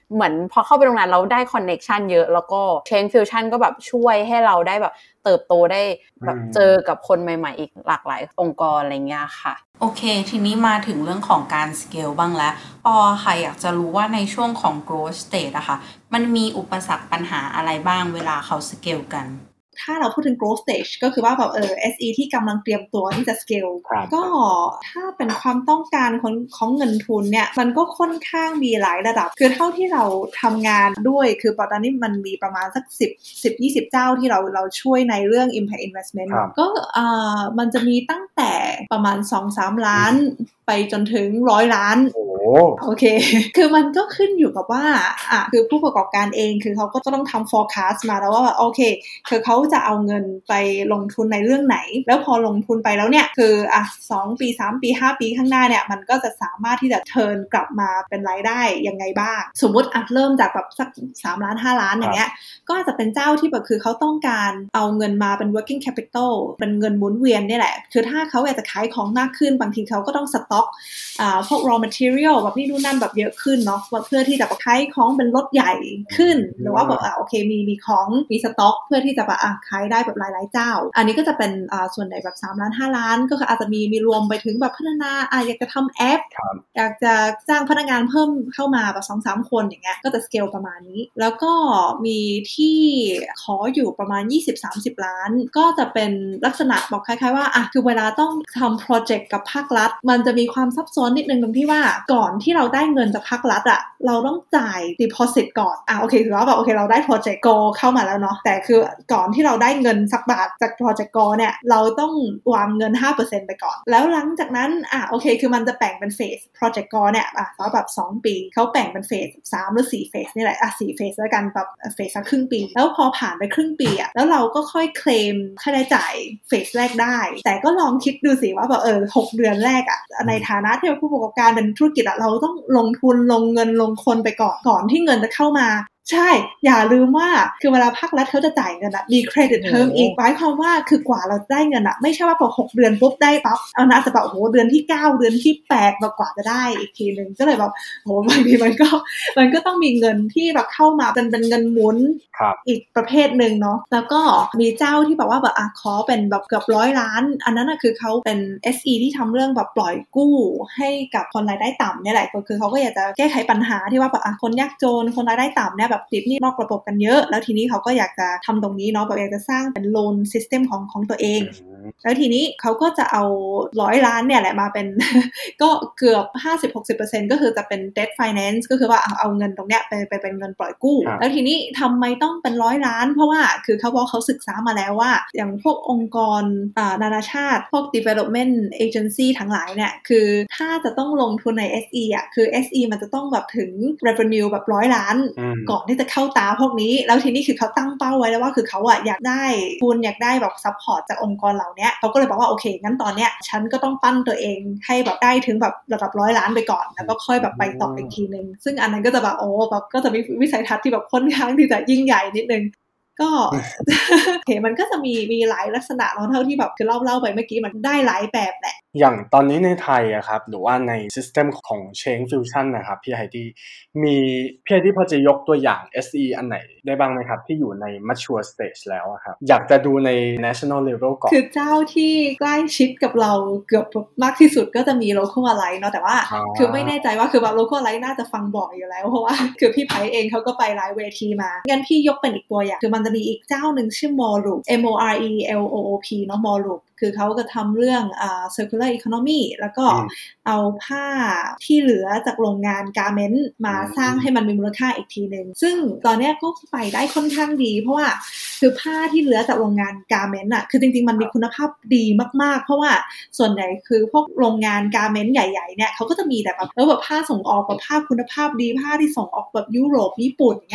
เหมือนพอเข้าไปตรงนั้นเราได้คอนเนคชันเยอะแล้วก็ Change Fusion ก็แบบช่วยให้เราได้แบบเติบโตได้แบบเจอกับคนใหม่ๆอีกหลากหลายองค์กรอะไรเงี้ยค่ะโอเคทีนี้มาถึงเรื่องของการสเกลบ้างแล้วปอค่ะอยากจะรู้ว่าในช่วงของ growth stage อะค่ะมันมีอุปสรรคปัญหาอะไรบ้างเวลาเขาสเกลกันถ้าเราพูดถึง growth stage ก็คือว่าแบบSE ที่กำลังเตรียมตัวที่จะ scale ก็ถ้าเป็นความต้องการของเงินทุนเนี่ยมันก็ค่อนข้างมีหลายระดับคือเท่าที่เราทำงานด้วยคือตอนนี้มันมีประมาณสัก10-20 เจ้าที่เราช่วยในเรื่อง impact investment ก็มันจะมีตั้งแต่ประมาณ 2-3 ล้านไปจนถึง100 ล้านโอเคคือมันก็ขึ้นอยู่กับว่าคือผู้ประกอบการเองคือเขาก็ต้องทำ forecast มาแล้วว่าโอเคคือเขาจะเอาเงินไปลงทุนในเรื่องไหนแล้วพอลงทุนไปแล้วเนี่ยคือ2 ปี 3 ปี 5 ปีข้างหน้าเนี่ยมันก็จะสามารถที่จะเทิร์นกลับมาเป็นรายได้ยังไงบ้างสมมุติเริ่มจากแบบสัก3 ล้าน 5 ล้านอย่างเงี้ยก็อาจจะเป็นเจ้าที่แบบคือเขาต้องการเอาเงินมาเป็น working capital เป็นเงินหมุนเวียนนี่แหละคือถ้าเขาอยากจะขายของมากขึ้นบางทีเขาก็ต้องสต็อกพวก raw material แบบนี่นู่นนั่นแบบเยอะขึ้นเนาะเพื่อที่จะขายของเป็นรถใหญ่ขึ้นหรือว่าแบบโอเคมีของมีสต็อกเพื่อที่จะแบบขายได้แบบหลายๆเจ้าอันนี้ก็จะเป็นส่วนไหนแบบ3 ล้าน 5 ล้านก็คืออาจจะมีรวมไปถึงแบบพัฒนาอยากจะทำแอปอยากจะจ้างพนักงานเพิ่มเข้ามาแบบ 2-3 คนอย่างเงี้ยก็จะสเกลประมาณนี้แล้วก็มีที่ขออยู่ประมาณ 20-30 ล้านก็จะเป็นลักษณะบอกคล้ายๆว่าคือเวลาต้องทำโปรเจกต์กับภาครัฐมันจะมีความซับซ้อนนิดนึงตรงที่ว่าก่อนที่เราได้เงินจากภาครัฐเราต้องจ่าย deposit ก่อนโอเคถือว่าแบบโอเคเราได้โปรเจกต์ Go เข้ามาแล้วเนาะแต่คือก่อนที่เราได้เงินสักบาทจากโปรเจกต์ Go เนี่ยเราต้องวางเงิน 5% ไปก่อนแล้วหลังจากนั้นโอเคคือมันจะแบ่งเป็นเฟสโปรเจกต์ Go เนี่ยแล้วแบบ2 ปีเขาแบ่งเป็นเฟส3หรือ4เฟสนี่แหละ4เฟสแล้วกันแบบเฟสสักครึ่งปีแล้วพอผ่านไปครึ่งปีแล้วเราก็ค่อยเคลมค่าใช้จ่ายเฟสแรกได้แต่ก็ลองคิดดูสิว่าแบบ6 เดือนแรกในฐานะที่เป็นผู้ประกอบการเป็นธุรกิจเราต้องลงทุนลงเงินลงคนไปก่อนที่เงินจะเข้ามาใช่อย่าลืมว่าคือเวลาภาครัฐเขาจะจ่ายเงินมีเครดิตเทอมอีกหมายความว่าคือกว่าเราได้เงินไม่ใช่ว่าพอ6 เดือนปุ๊บได้ปั๊บนะจะแบบโหเดือนที่9เดือนที่8แบบกว่าจะได้อีกทีนึงก็เลยแบบโหบางทีมันก็ต้องมีเงินที่แบบเข้ามาเป็นเงินหมุนอีกประเภทนึงเนาะแล้วก็มีเจ้าที่แบบว่าแบบขอเป็นแบบเกือบ100 ล้านอันนั้นคือเขาเป็น SE ที่ทำเรื่องแบบปล่อยกู้ให้กับคนรายได้ต่ำเนี่ยแหละก็คือเขาก็อยากจะแก้ไขปัญหาที่ว่าแบบคนยากจนคนรายได้ต่ำเนี่ยแบบติดหนี้นอกระบบกันเยอะแล้วทีนี้เขาก็อยากจะทำตรงนี้เนาะแบบอยากจะสร้างเป็น loan system ของตัวเองแล้วทีนี้เขาก็จะเอา100 ล้านเนี่ยแหละมาเป็น ก็เกือบ 50-60% ก็คือจะเป็น debt finance ก็คือว่าเอาเงินตรงเนี้ยไปเป็นเงินปล่อยกู้แล้วทีนี้ทำไมต้องเป็น100 ล้านเพราะว่าคือเขาบอกเขาศึกษามาแล้วว่าอย่างพวกองค์กรนานาชาติพวก development agency ทั้งหลายเนี่ยคือถ้าจะต้องลงทุนใน SE คือ SE มันจะต้องแบบถึง revenue แบบ100 ล้านก่อนที่จะเข้าตาพวกนี้แล้วทีนี้คือเขาตั้งเป้าไว้แล้วว่าคือเขาอยากได้ทุนอยากได้แบบ support จากองค์กรเหล่านี้เขาก็เลยบอกว่าโอเคงั้นตอนเนี้ยฉันก็ต้องปั้นตัวเองให้แบบได้ถึงแบบระดับ100 ล้านไปก่อนแล้วก็ค่อยแบบไปต่ออีกทีนึงซึ่งอันนั้นก็จะแบบแบบก็จะมีวิสัยทัศน์ที่แบบค่อนข้างที่จะยิ่งใหญ่นิดนึงก็โอเคมันก็จะมีหลายลักษณะเท่าที่แบบคือเล่าไปเมื่อกี้มันได้หลายแบบแหละอย่างตอนนี้ในไทยครับหรือว่าใน System ของ Change Fusion นะครับพี่ไฮดี้มีพี่ไฮดี้พอจะยกตัวอย่าง SE อันไหนได้บ้างไหมครับที่อยู่ใน mature stage แล้วครับอยากจะดูใน national level ก่อนคือเจ้าที่ใกล้ชิดกับเราเกือบมากที่สุดก็จะมี local alliance เนาะแต่ว่าคือไม่แน่ใจว่าคือแบบ local alliance น่าจะฟังบ่อยอยู่แล้วเพราะว่าคือพี่ไผ่เองเขาก็ไปหลายเวทีมางั้นพี่ยกเป็นอีกตัวอย่างคือมันจะมีอีกเจ้าหนึ่งชื่อ Moreloop MORELOOP เนาะ Moreloop คือเขาก็ทำเรื่องcircular economy แล้วก็เอาผ้าที่เหลือจากโรงงานการ์เมนต์มาสร้างให้มันมีมูลค่าอีกทีนึงซึ่งตอนนี้ก็ไปได้ค่อนข้างดีเพราะว่าคือผ้าที่เหลือจากโรงงานการ์เมนต์คือจริงๆมันมีคุณภาพดีมากๆเพราะว่าส่วนใหญ่คือพวกโรงงานการ์เมนต์ใหญ่ๆเนี่ยเขาก็จะมีแต่แบบผ้าส่งออกแบบผ้าคุณภาพดีผ้าที่ส่งออกแบบยุโรปญี่ปุ่นอย่างเงี้ย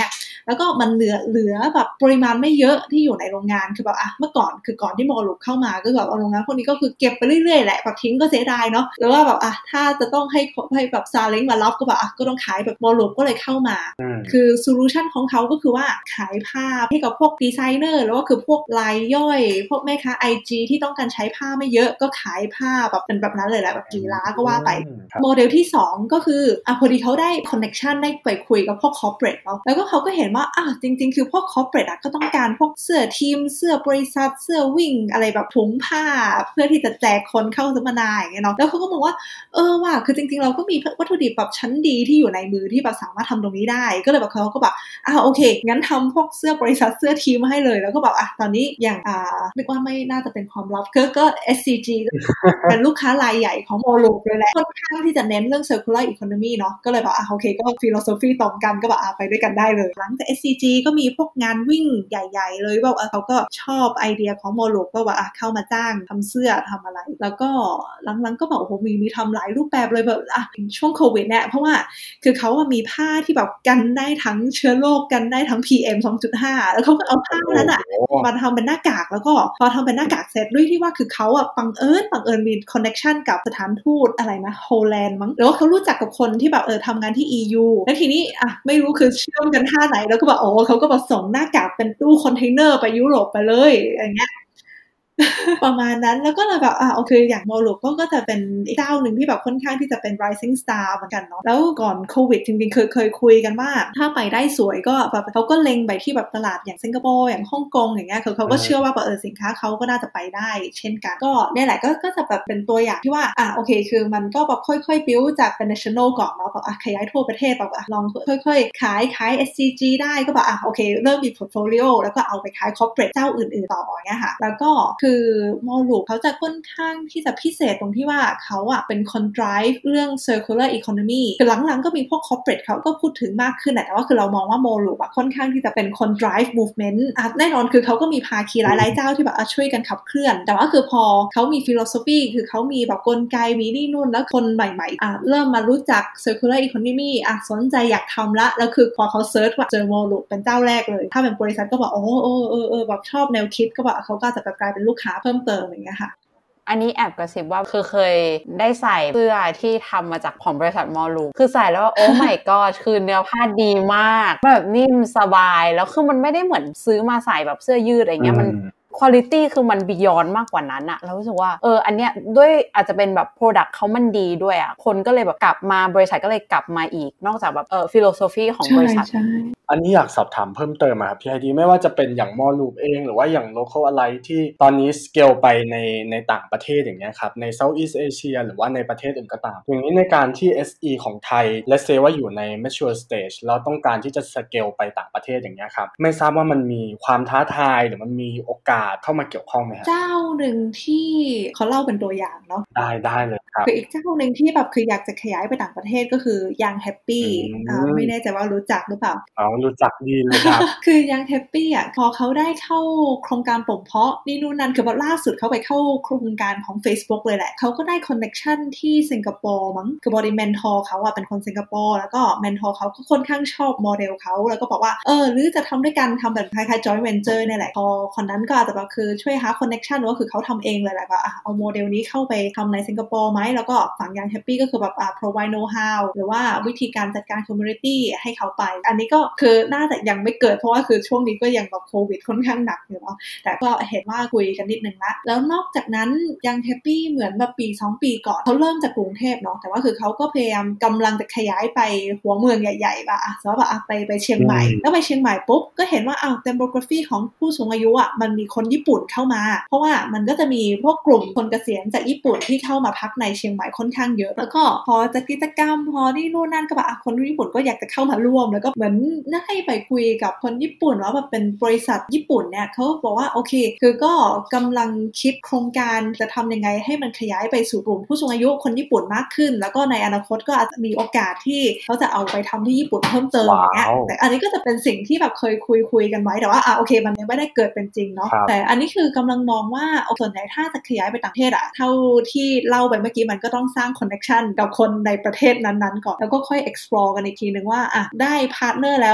แล้วก็มันเหลือแบบปริมาณไม่เยอะที่อยู่ในโรงงานคือแบบเมื่อก่อนคือก่อนที่โมลูกเข้ามาก็แบบโรงงานพวกนี้ก็คือเก็บไปเรื่อยๆแหละแบบทิ้งก็เสียดายเนาะแล้วว่าแบบถ้าจะต้องให้แบบซาเล้งมารับก็แบบก็ต้องขายแบบโมลูกก็เลยเข้ามาคือโซลูชันของเขาก็คือว่าขายผ้าให้กับพวกดีไซเนอร์แล้วก็คือพวกรายย่อยพวกแม่ค้า IG ที่ต้องการใช้ผ้าไม่เยอะก็ขายผ้าแบบเป็นแบบนั้นเลยแหละแบบกี่ล้านก็ว่าไปโมเดลที่2ก็คือพอดีเขาได้คอนเนคชันได้ไปคุยกับพวกคอร์ปอเรทแล้วก็เขาก็เห็นว่าจริงๆคือพวกคอร์ปอเรทก็ต้องการพวกเสื้อทีมเสื้อบริษัทเสื้อวิ่งอะไรแบบถุงผ้าเพื่อที่จะแจกคนเข้าสัมมนาอย่างเงี้ยเนาะแล้วเขาก็มองว่าว่าคือจริงๆเราก็มีวัตถุดิบแบบชั้นดีที่อยู่ในมือที่แบบสามารถทำตรงนี้ได้ก็เลยแบบเขาก็แบบโอเคงั้นทำพวกเสื้อบริษัทเสื้อทีมมาให้เลยแล้วก็แบบตอนนี้อย่างนึกว่าไม่น่าจะเป็นความลับก็ SCG เป็นลูกค้ารายใหญ่ของโมลูกเลยแหละค่อนข้างที่จะเน้นเรื่อง circular economy เนาะก็เลยแบบโอเคก็ philosophy ตรงกันก็แบบไปด้วยกันได้เลยหลังจาก SCG ก็มีพวกงานวิ่งใหญ่ๆเลยแบบเขาก็ชอบไอเดียของโมลูกก็ว่าเข้ามาจ้างทำเสื้อทำอะไรแล้วก็หลังๆก็บอกโอ้โหมีทำหลายรูปแบบเลยแบบช่วงโควิดเนี่ยเพราะว่าคือเขามีผ้าที่แบบกันได้ทั้งเชื้อโรคกันได้ทั้ง PM 2.5 แล้วเขาก็เอาผ้านั้นมาทำเป็นหน้ากากแล้วก็พอทำเป็นหน้ากากเสร็จด้วยที่ว่าคือเขาบังเอิญมีคอนเนคชั่นกับสถานทูตอะไรนะโฮแลนด์มั้งหรือว่าเขารู้จักกับคนที่แบบทำงานที่ EU แล้วทีนี้ไม่รู้คือเชื่อมกันท่าไหนแล้วก็แบบเขาก็ส่งหน้ากากเป็นตู้คอนเทนเนอร์ไปยุโรปไปเลยอย่างเงี้ย ประมาณนั้นแล้วก็เลยแบบโอเคอย่างโมลูกก็จะเป็นเจ้าหนึ่งที่แบบค่อนข้างที่จะเป็น rising star เหมือนกันเนาะแล้วก่อนโควิดจริงๆเคยคุยกันว่าถ้าไปได้สวยก็แบบเขาก็เล็งไปที่แบบตลาดอย่างสิงคโปร์อย่างฮ่องกงอย่างเงี้ยเขาก็เชื่อว่าสินค้าเขาก็น่าจะไปได้เช่นกันก็เนี่ยแหละก็จะแบบเป็นตัวอย่างที่ว่าโอเคคือมันก็แบบค่อยๆ build จากเป็น national ก่อนเนาะแบบขยายทั่วประเทศแบบลองค่อยๆขาย SCG ได้ก็แบบโอเคเริ่มมี portfolio แล้วก็เอาไปขาย corporate เจ้าอื่นๆต่ออย่างเงี้ยค่ะแล้วก็คือโมลูกเขาจะค่อนข้างที่จะพิเศษตรงที่ว่าเขาเป็นคน drive เรื่อง circular economy คือหลังๆก็มีพวก corporate เขาก็พูดถึงมากขึ้นแต่ว่าคือเรามองว่าโมลูกค่อนข้างที่จะเป็นคน drive movement แน่นอนคือเขาก็มีภาคีหลายๆเจ้าที่แบบช่วยกันขับเคลื่อนแต่ว่าคือพอเขามี philosophy คือเขามีแบบกลไกมีนี่นู่นแล้วคนใหม่ๆเริ่มมารู้จัก circular economy สนใจอยากทำละแล้วคือพอเขาเซิร์ชว่าเจอโมลูกเป็นเจ้าแรกเลยถ้าเป็นบริษัทก็บอกแบบชอบแนวคิดก็แบบเขาก็จะแบบกลายเป็นลูกค้าเพิ่มเติมอย่างเงี้ยค่ะอันนี้แอบกระซิบว่าคือเคยได้ใส่เสื้อที่ทำมาจากของบริษัทมอลูคือใส่แล้วว่าโอ้ my god คือเนื้อผ้าดีมากแบบนิ่มสบายแล้วคือมันไม่ได้เหมือนซื้อมาใส่แบบเสื้อยืดอะไรเงี้ยมันquality คือมัน beyond มากกว่านั้นอะเรารู้สึกว่าอันเนี้ยด้วยอาจจะเป็นแบบ product เขามันดีด้วยอะคนก็เลยแบบกลับมาบริษัทก็เลยกลับมาอีกนอกจากแบบphilosophy ของบริษัทอันนี้อยากสอบถามเพิ่มเติมครับพี่ไอดีไม่ว่าจะเป็นอย่างมอลูปเองหรือว่าอย่าง local alike ที่ตอนนี้สเกลไปในต่างประเทศอย่างเงี้ยครับใน Southeast Asia หรือว่าในประเทศอื่นก็ตามอย่างนี้ในการที่ SE ของไทย let's say ว่าอยู่ใน mature stage แล้วต้องการที่จะสเกลไปต่างประเทศอย่างเงี้ยครับไม่ทราบว่ามันมีความท้าทายหรือมันมีโอกาสเข้ามาเกี่ยวข้องไหมครับเจ้าหนึ่งที่เขาเล่าเป็นตัวอย่างเนาะได้เลยครับคืออีกเจ้าหนึ่งที่แบบคืออยากจะขยายไปต่างประเทศก็คือยังแฮปปี้ไม่แน่ใจว่ารู้จักหรือเปล่ารู้จักดีเลยครับคือยังแฮปปี้พอเขาได้เข้าโครงการบ่มเพาะนี่นู่นนั่นคือล่าสุดเขาไปเข้าโครงการของ Facebook เลยแหละเขาก็ได้คอนเนคชั่นที่สิงคโปร์มั้งคือบอดี้เมนทอร์เขาเป็นคนสิงคโปร์แล้วก็เมนทอร์เขาก็ค่อนข้างชอบโมเดลเขาแล้วก็บอกว่าหรือจะทำด้วยกันทำแบบคล้ายๆ joint venture นี่แหละพอคนนั้นก็อาจจะแบบคือช่วยหาคอนเนคชั่นว่าคือเขาทำเองเลยแหละว่าเอาโมเดลนี้เข้าไปทำในสิงคโปร์ไหมแล้วก็ฝั่งยังแฮปปี้ก็คือแบบprovide know how หรือว่าวิธีการจัดการ community ให้เขาไปอันนี้ก็คือน่าจะยังไม่เกิดเพราะว่าคือช่วงนี้ก็ยังแบบโควิดค่อนข้างหนักอยู่เนาะแต่ก็เห็นว่าคุยกันนิดนึงละแล้วนอกจากนั้นยังแฮปปี้เหมือนแบบปี2ปีก่อนเขาเริ่มจากกรุงเทพเนาะแต่ว่าคือเขาก็พยายามกำลังจะขยายไปหัวเมืองใหญ่ๆป่ะสมมติว่าไปเชียงใหม่แล้วไปเชียงใหม่ปุ๊บก็เห็นว่าdemography ของผู้สูงอายุมันมีคนญี่ปุ่นเข้ามาเพราะว่ามันก็จะมีพวกกลุ่มคนเกษียณจากญี่ปุ่นที่เข้ามาพักในเชียงใหม่ค่อนข้างเยอะแล้วก็พอจะกิจกรรมพอนี่นู่นนั่นก็แบบคนญี่ปุ่นก็อยากจะเข้ามาร่วมแล้วก็เหมือนให้ไปคุยกับคนญี่ปุ่นว่าแบบเป็นบริษัทญี่ปุ่นเนี่ยเขาบอกว่าโอเคคือก็กำลังคิดโครงการจะทำยังไงให้มันขยายไปสู่กลุ่มผู้สูงอายุคนญี่ปุ่นมากขึ้นแล้วก็ในอนาคตก็อาจจะมีโอกาสที่เขาจะเอาไปทำที่ญี่ปุ่นเพิ่มเติมอย่างเงี้ยแต่อันนี้ก็จะเป็นสิ่งที่แบบเคยคุยกันไว้แต่ว่าโอเคมันยังไม่ได้เกิดเป็นจริงเนาะแต่อันนี้คือกำลังมองว่าส่วนใหญ่ถ้าจะขยายไปต่างประเทศเท่าที่เล่าไปเมื่อกี้มันก็ต้องสร้างคอนเนคชั่นกับคนในประเทศนั้นๆก่อนแล้วก็ค่อย explore กันอีกทีนึงว่าได้พาร์ทเนอร์แล้ว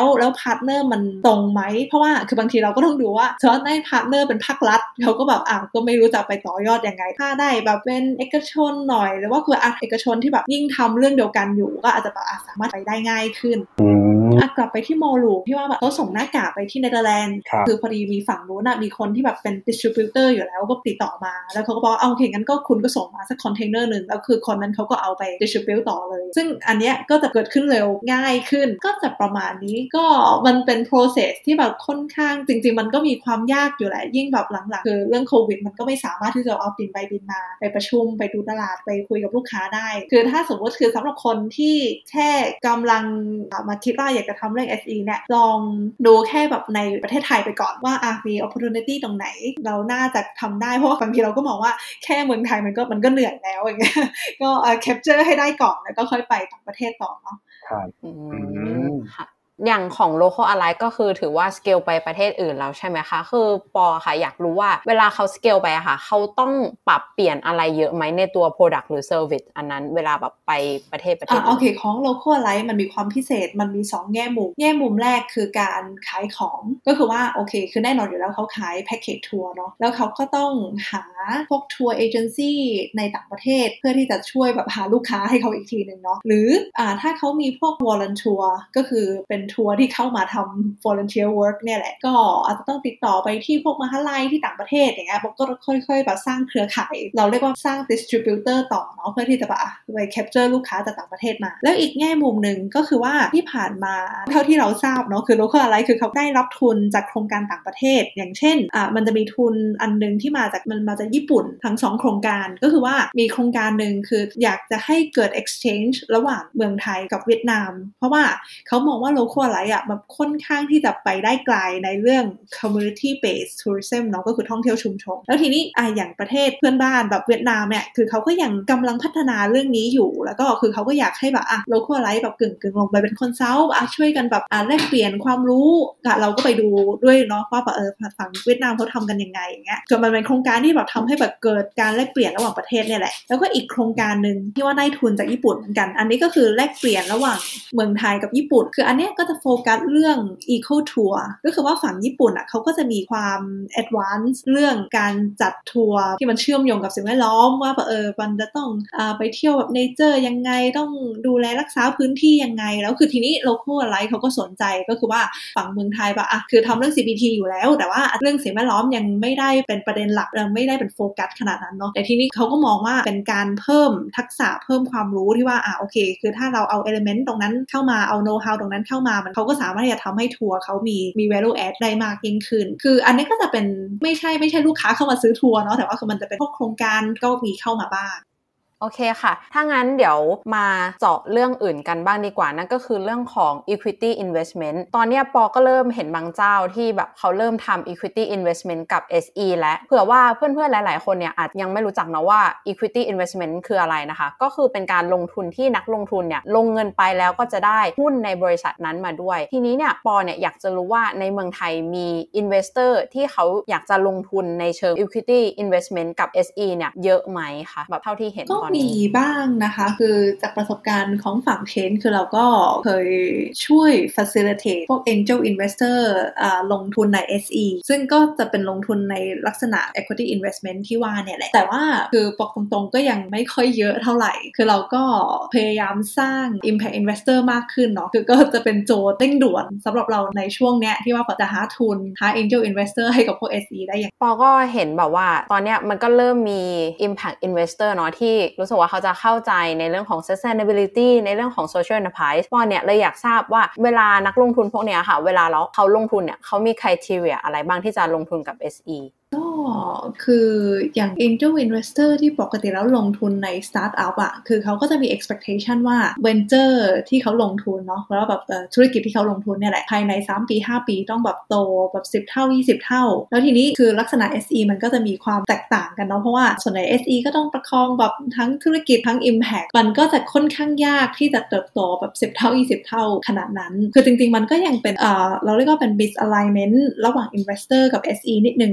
แล้วพาร์ทเนอร์มันตรงไหมเพราะว่าคือบางทีเราก็ต้องดูว่าถ้าได้พาร์ทเนอร์เป็นภาครัฐเขาก็แบบก็ไม่รู้จะไปต่อยอดยังไงถ้าได้แบบเป็นเอกชนหน่อยหรือว่าคือเอกชนที่แบบยิ่งทำเรื่องเดียวกันอยู่ก็อาจจะแบบสามารถไปได้ง่ายขึ้นกลับไปที่โมลูที่ว่าแบบเขาส่งหน้ากากไปที่เนเธอร์แลนด์คือพอดีมีฝั่งนู้นมีคนที่แบบเป็นดิสทริบิวเตอร์อยู่แล้วก็ติดต่อมาแล้วเขาก็บอกโอเคงั้นก็คุณก็ส่งมาสักคอนเทนเนอร์นึงแล้วคือคนนั้นเขาก็เอาไปดิสทริบิวต่อเลยซึ่งอันเนี้ยก็จะเกิดขึ้นเร็วง่ายขึ้นก็จะประมาณนี้ก็มันเป็น process ที่แบบค่อนข้างจริงๆมันก็มีความยากอยู่แหละยิ่งแบบหลังๆคือเรื่องโควิดมันก็ไม่สามารถที่จะเอาบินไปบินมาไปประชุมไปดูตลาดไปคุยกับลูกค้าได้คือถ้าสมมติคือสำหรับคนที่แค่กำลังมาคิดว่าอยากจะทำเรื่อง SE เนี่ยลองดูแค่แบบในประเทศไทยไปก่อนว่ามี opportunity ตรงไหนเราน่าจะทำได้เพราะว่าบางทีเราก็มองว่าแค่เมืองไทยมันก็เหนื่อยแล้วอย่างเงี้ยก็capture ให้ได้ก่อนแล้วก็ค่อยไปต่างประเทศต่อเนาะครับค่ะอย่างของ local alliance ก็คือถือว่าสเกลไปประเทศอื่นแล้วใช่ไหมคะคือปอค่ะอยากรู้ว่าเวลาเขาสเกลไปอะค่ะเขาต้องปรับเปลี่ยนอะไรเยอะไหมในตัว product หรือ service อันนั้นเวลาแบบไปประเทศโอเคของ local alliance มันมีความพิเศษมันมี2แง่มุมแรกคือการขายของก็คือว่าโอเคคือแน่นอนอยู่แล้วเขาขาย package tour เนาะแล้วเขาก็ต้องหาพวก tour agency ในต่างประเทศเพื่อที่จะช่วยแบบหาลูกค้าให้เขาอีกทีนึงเนาะหรือถ้าเขามีพวก volunteer ก็คือเป็นทัวร์ที่เข้ามาทำ volunteer work เนี่ยแหละก็อาจจะต้องติดต่อไปที่พวกมหาลัยที่ต่างประเทศอย่างเงี้ยก็ค่อยๆแบบสร้างเครือข่ายเราเรียกว่าสร้าง distributor ต่อเนาะเพื่อที่จะไป capture ลูกค้าจากต่างประเทศมาแล้วอีกแง่มุมหนึ่งก็คือว่าที่ผ่านมาเท่าที่เราทราบเนาะคือ local alliance คือเขาได้รับทุนจากโครงการต่างประเทศอย่างเช่นมันจะมีทุนอันนึงที่มาจากญี่ปุ่นทั้ง2โครงการก็คือว่ามีโครงการนึงคืออยากจะให้เกิด exchange ระหว่างเมืองไทยกับเวียดนามเพราะว่าเขามองว่า local alliance แบบค่อนข้างที่จะไปได้ไกลในเรื่อง community based tourism เนาะก็คือท่องเที่ยวชุมชนแล้วทีนี้อย่างประเทศเพื่อนบ้านแบบเวียดนามเนี่ยคือเขาก็ยังกำลังพัฒนาเรื่องนี้อยู่แล้วก็คือเขาก็อยากให้แบบlocal alliance แบบกึ่งลงไปเป็นคอนซัลท์ช่วยกันแบบแลกเปลี่ยนความรู้เราก็ไปดูด้วยเนาะว่าฝั่งเวียดนามเขาทำกันยังไงอย่างเงี้ยคือมันเป็นโครงการที่แบบทำให้แบบเกิดการแลกเปลี่ยนระหว่างประเทศเนี่ยแหละแล้วก็อีกโครงการนึงที่ว่าได้ทุนจากญี่ปุ่นเหมือนกันอันนี้ก็คือแลกเปลี่ยนระหว่างเมืองไทยกับญี่ปุ่นคืออันเนี้ยก็จะโฟกัสเรื่อง eco tour ก็คือว่าฝั่งญี่ปุ่นเขาก็จะมีความ advance เรื่องการจัดทัวร์ที่มันเชื่อมโยงกับสิ่งแวดล้อมว่ามันจะต้องไปเที่ยวแบบ nature ยังไงต้องดูแลรักษาพื้นที่ยังไงแล้วคือทีนี้ local alliance เขาก็สนใจก็คือว่าฝั่งเมืองไทยคือทำเรื่อง CBT อยู่แล้วแต่ว่าเรื่องสิ่งแวดล้อมยังไม่ได้เป็นประเด็นหลักยังไม่ได้เป็นโฟกัสขนาดนั้นเนาะแต่ทีนี้เขาก็มองว่าเป็นการเพิ่มทักษะเพิ่มความรู้ที่ว่าโอเคคือถ้าเราเอา element ตรงนั้นเข้ามาเอา know how ตรงนั้นเข้ามามันเขาก็สามารถที่จะทำให้ทัวร์เขามี value add ได้มากยิ่งขึ้นคืออันนี้ก็จะเป็นไม่ใช่ลูกค้าเข้ามาซื้อทัวร์เนาะแต่ว่าคือมันจะเป็นพวกโครงการก็มีเข้ามาบ้างโอเคค่ะถ้างั้นเดี๋ยวมาเจาะเรื่องอื่นกันบ้างดีกว่านั่นก็คือเรื่องของ equity investment ตอนนี้ปอก็เริ่มเห็นบางเจ้าที่แบบเขาเริ่มทำ equity investment กับ SE และเผื่อว่าเพื่อนๆหลายๆคนเนี่ยอาจยังไม่รู้จักนะว่า equity investment คืออะไรนะคะก็คือเป็นการลงทุนที่นักลงทุนเนี่ยลงเงินไปแล้วก็จะได้หุ้นในบริษัทนั้นมาด้วยทีนี้เนี่ยปอเนี่ยอยากจะรู้ว่าในเมืองไทยมี investor ที่เขาอยากจะลงทุนในเชิง equity investment กับ SE เนี่ยเยอะไหมคะแบบเท่าที่เห็นมีบ้างนะคะคือจากประสบการณ์ของฝั่งเทนคือเราก็เคยช่วย facilitate พวก angel investor ลงทุนใน SE ซึ่งก็จะเป็นลงทุนในลักษณะ equity investment ที่ว่าเนี่ยแหละแต่ว่าคือบอกตรงๆก็ยังไม่ค่อยเยอะเท่าไหร่คือเราก็พยายามสร้าง impact investor มากขึ้นเนาะคือก็จะเป็นโจทย์เร่งด่วนสำหรับเราในช่วงเนี้ยที่ว่าจะหาทุนหา angel investor ให้กับพวก SE ได้อย่างปอก็เห็นแบบว่าตอนเนี้ยมันก็เริ่มมี impact investor เนาะที่รู้สึกว่าเขาจะเข้าใจในเรื่องของ sustainability ในเรื่องของ social enterprise ปอเนี่ยเลยอยากทราบว่าเวลานักลงทุนพวกเนี้ยค่ะเวลาเขาลงทุนเนี่ยเขามี criteria อะไรบ้างที่จะลงทุนกับ SE ก็คืออย่าง angel investor ที่ปกติแล้วลงทุนใน startup คือเขาก็จะมี expectation ว่า venture ที่เขาลงทุนเนาะแล้วแบบธุรกิจที่เขาลงทุนเนี่ยแหละภายใน3ปี5ปีต้องแบบโตแบบ10เท่า20เท่าแล้วทีนี้คือลักษณะ SE มันก็จะมีความแตกต่างกันเนาะเพราะว่าส่วนใหญ่ SE ก็ต้องประคองแบบทั้งธุรกิจทั้ง impact มันก็จะค่อนข้างยากที่จะเติบโตแบบ10เท่า20เท่าขนาดนั้นคือจริงๆมันก็ยังเป็นเราเรียกว่าเป็น misalignment ระหว่าง investor กับ SE นิดนึงเนาะเพราะ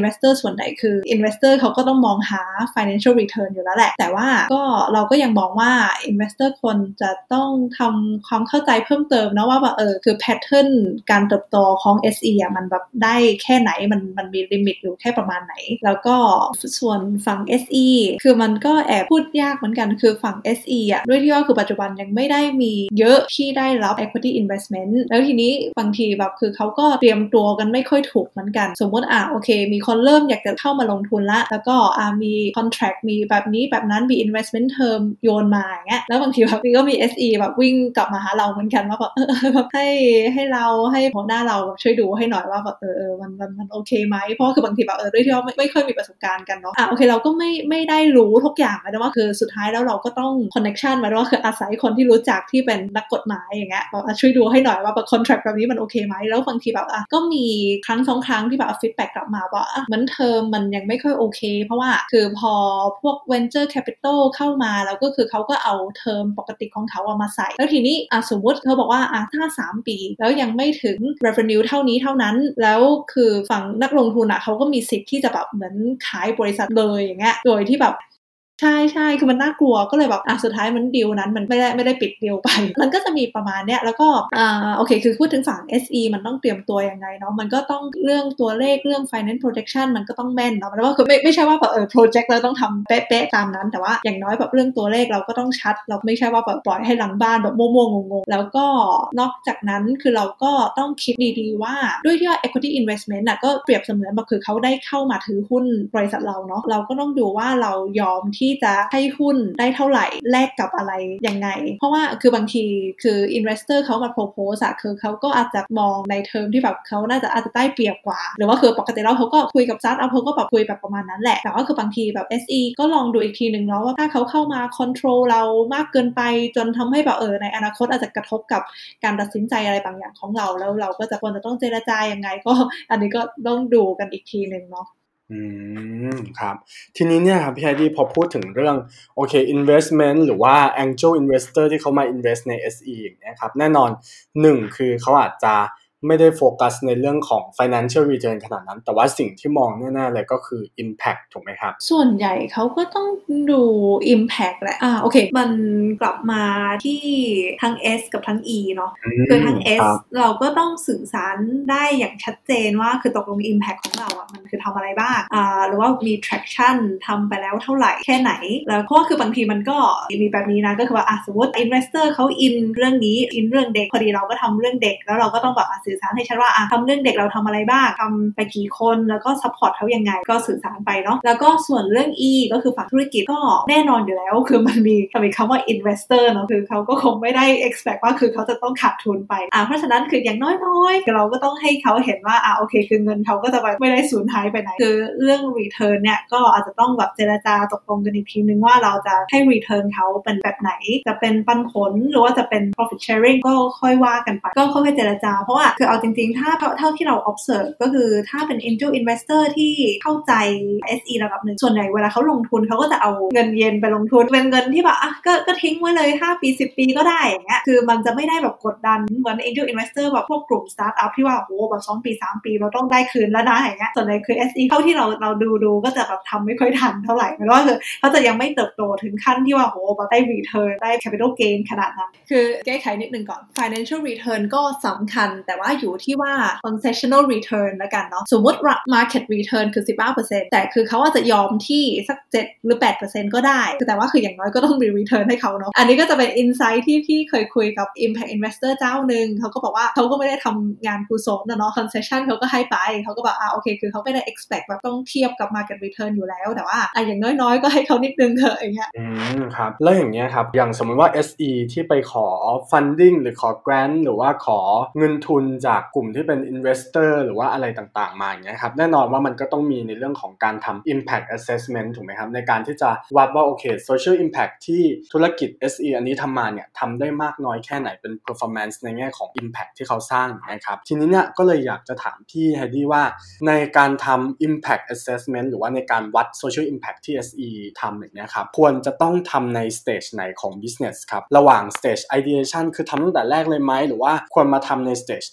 investor ส่วนใหญ่คือ investor เขาก็ต้องมองหา financial return อยู่แล้วแหละแต่ว่าก็เราก็ยังมองว่า investor ควรจะต้องทำความเข้าใจเพิ่มเติมนะว่าคือ pattern การเติบโตของ SE อ่ะมันแบบได้แค่ไหนมันมีลิมิตอยู่แค่ประมาณไหนแล้วก็ส่วนฝั่ง SE คือมันก็แอบพูดยากเหมือนกันคือฝั่ง SE อ่ะด้วยที่ว่าคือปัจจุบันยังไม่ได้มีเยอะที่ได้รับ equity investment แล้วทีนี้บางทีแบบคือเขาก็เตรียมตัวกันไม่ค่อยถูกเหมือนกันสมมติโอเคมีคนเริ่มอยากจะเข้ามาลงทุนละแล้วก็มี contract มีแบบนี้แบบนั้นมี investment term โยนมาอย่างเงี้ยแล้วบางทีแบบก็มี SE แบบวิ่งกลับมาหาเราเหมือนกันว่าแบบแบบให้เราให้หัวหน้าเราแบบช่วยดูให้หน่อยว่าแบบมันโอเคไหมเพราะว่าคือบางทีแบบด้วยที่ว่าไม่ค่อยมีประสบการณ์กันเนาะโอเคเราก็ไม่ได้รู้ทุกอย่างนะว่าคือสุดท้ายแล้วเราก็ต้อง connection มาว่าคืออาศัยคนที่รู้จักที่เป็นนักกฎหมายอย่างเงี้ยช่วยดูให้หน่อยว่าแบบ contract แบบนี้มันโอเคไหมแล้วบางทีแบบก็มีครั้ง2ครั้งที่แบบ feedback กลับมาว่าเหมือนเทอมมันยังไม่ค่อยโอเคเพราะว่าคือพอพวก venture capital เข้ามาแล้วก็คือเขาก็เอาเทอมปกติของเขามาใส่แล้วทีนี้สมมุติเขาบอกว่าถ้า3ปีแล้วยังไม่ถึง revenue เท่านี้เท่านั้นแล้วคือฝั่งนักลงทุนเขาก็มีสิทธิ์ที่จะแบบเหมือนขายบริษัทเลยอย่างเงี้ยโดยที่แบบใช่คือมันน่ากลัวก็เลยแบบสุดท้ายมันดีลนั้นมันไม่ได้ปิดดีลไปมันก็จะมีประมาณเนี้ยแล้วก็โอเคคือพูดถึงฝั่ง SE มันต้องเตรียมตัวยังไงเนาะมันก็ต้องเรื่องตัวเลขเรื่อง finance projection มันก็ต้องแม่นเนาะมันว่าคือไม่ใช่ว่าแบบproject เราต้องทำเป๊ะๆตามนั้นแต่ว่าอย่างน้อยแบบเรื่องตัวเลขเราก็ต้องชัดเราไม่ใช่ว่าแบบปล่อยให้หลังบ้านแบบมั่วๆงงๆแล้วก็นอกจากนั้นคือเราก็ต้องคิดดีๆว่าด้วยที่ว่า equity investment ก็เปรียบเสมือนแบบคือเขาได้เข้ามาถือหุ้นบริษัทเราเนาะเราก็ต้องดูว่าเรายอมที่จะให้หุ้นได้เท่าไหร่แลกกับอะไรยังไงเพราะว่าคือบางทีคือ investor เขามา propose คือเขาก็อาจจะมองในเทอมที่แบบเขาน่าจะอาจจะได้เปรียบกว่าหรือว่าคือปกติแล้วเขาก็คุยกับ startup เขาก็แบบคุยแบบประมาณนั้นแหละแต่ว่าคือบางทีแบบ SE ก็ลองดูอีกทีนึงเนาะว่าถ้าเขาเข้ามา control เรามากเกินไปจนทำให้แบบในอนาคตอาจจะกระทบกับการตัดสินใจอะไรบางอย่างของเราแล้วเราก็จะควรจะต้องเจรจายังไงก็อันนี้ก็ต้องดูกันอีกทีนึงเนาะครับทีนี้เนี่ยครับพี่ไฮดี้พอพูดถึงเรื่องโอเค investment หรือว่า angel investor ที่เขามา invest ใน SE อย่างเงี้ยครับแน่นอน1คือเขาอาจจะไม่ได้โฟกัสในเรื่องของ financial return ขนาดนั้นแต่ว่าสิ่งที่มองแน่ๆเลยก็คือ impact ถูกไหมครับส่วนใหญ่เขาก็ต้องดู impact แหละโอเคมันกลับมาที่ทั้ง S กับทั้ง E เนาะคือทั้ง S เราก็ต้องสื่อสารได้อย่างชัดเจนว่าคือตกลง impact ของเรามันคือทำอะไรบ้างหรือว่ามี traction ทำไปแล้วเท่าไหร่แค่ไหนแล้วเพราะว่าคือบางทีมันก็มีแบบนี้นะก็คือว่าสมมติ investor เขาอินเรื่องนี้อินเรื่องเด็กพอดีเราก็ทำเรื่องเด็กแล้วเราก็ต้องแบบสื่อสารให้ชัดว่าทำเรื่องเด็กเราทำอะไรบ้างทำไปกี่คนแล้วก็ support เขายังไงก็สื่อสารไปเนาะแล้วก็ส่วนเรื่อง E ก็คือฝั่งธุรกิจก็แน่นอนอยู่แล้วคือมันมีคำว่า investor เนาะคือเขาก็คงไม่ได้ expect ว่าคือเขาจะต้องขาดทุนไปเพราะฉะนั้นคืออย่างน้อยๆเราก็ต้องให้เขาเห็นว่าโอเคคือเงินเขาก็จะไม่ได้สูญหายไปไหนคือเรื่อง return เนี่ยก็อาจจะต้องแบบเจรจาตกลงกันอีกทีนึงว่าเราจะให้ return เขาเป็นแบบไหนจะเป็นปันผลหรือว่าจะเป็น profit sharing ก็ค่อยว่ากันไปก็ค่อยๆเจรจาเพราะว่าคือเอาจริงๆถ้าเท่าที่เรา observe ก็คือถ้าเป็น angel investor ที่เข้าใจ SE ระดับหนึ่งส่วนใหญ่เวลาเขาลงทุนเขาก็จะเอาเงินเย็นไปลงทุนเป็นเงินที่แบบก็ทิ้งไว้เลย5ปี10ปีก็ได้อย่างเงี้ยคือมันจะไม่ได้แบบกดดันเหมือน angel investor แบบพวกกลุ่ม startup ที่ว่าโอ้แบบ2ปี3ปีเราต้องได้คืนแล้วนะอย่างเงี้ยส่วนใหญ่คือ SE เท่าที่เราดูก็จะแบบทำไม่ค่อยทันเท่าไหร่เพราะว่าคือเขาจะยังไม่เติบโตถึงขั้นที่ว่าโอ้แบบได้ return ได้ capital gain ขนาดนั้นคือแก้ไขนิดนึงก่อน financial return ก็สำคัญแต่ว่าอยู่ที่ว่า concessional return แล้วกันเนาะสมมติ market return คือ 15% แต่คือเขาอาจจะยอมที่สัก7หรือ 8% ก็ได้แต่ว่าคืออย่างน้อยก็ต้องมี return ให้เขาเนาะอันนี้ก็จะเป็น insight ที่พี่เคยคุยกับ impact investor เจ้านึงเขาก็บอกว่าเขาก็ไม่ได้ทำงานกุศลนะเนาะ concession เขาก็ให้ไปเขาก็บอกโอเคคือเขาไม่ได้ expect แบบต้องเทียบกับ market return อยู่แล้วแต่ว่าอย่างน้อยๆก็ให้เขานิดนึงเถอะอย่างเงี้ยครับแล้วอย่างเงี้ยครับอย่างสมมติว่า SE ที่ไปขอ funding หรือขอ grant หรือว่าขอเงินทุนจากกลุ่มที่เป็น investor หรือว่าอะไรต่างๆมาอย่างเงี้ยครับแน่นอนว่ามันก็ต้องมีในเรื่องของการทำ impact assessment ถูกไหมครับในการที่จะวัดว่าโอเค social impact ที่ธุรกิจ SE อันนี้ทำมาเนี่ยทำได้มากน้อยแค่ไหนเป็น performance ในแง่ของ impact ที่เขาสร้างนะครับทีนี้เนี่ยก็เลยอยากจะถามพี่ไฮดี้ว่าในการทำ impact assessment หรือว่าในการวัด social impact ที่ SE ทำอย่างเงี้ยครับควรจะต้องทำใน stage ไหนของ business ครับระหว่าง stage ideation คือทำตั้งแต่แรกเลยไหมหรือว่าควรมาทำใน stage ที่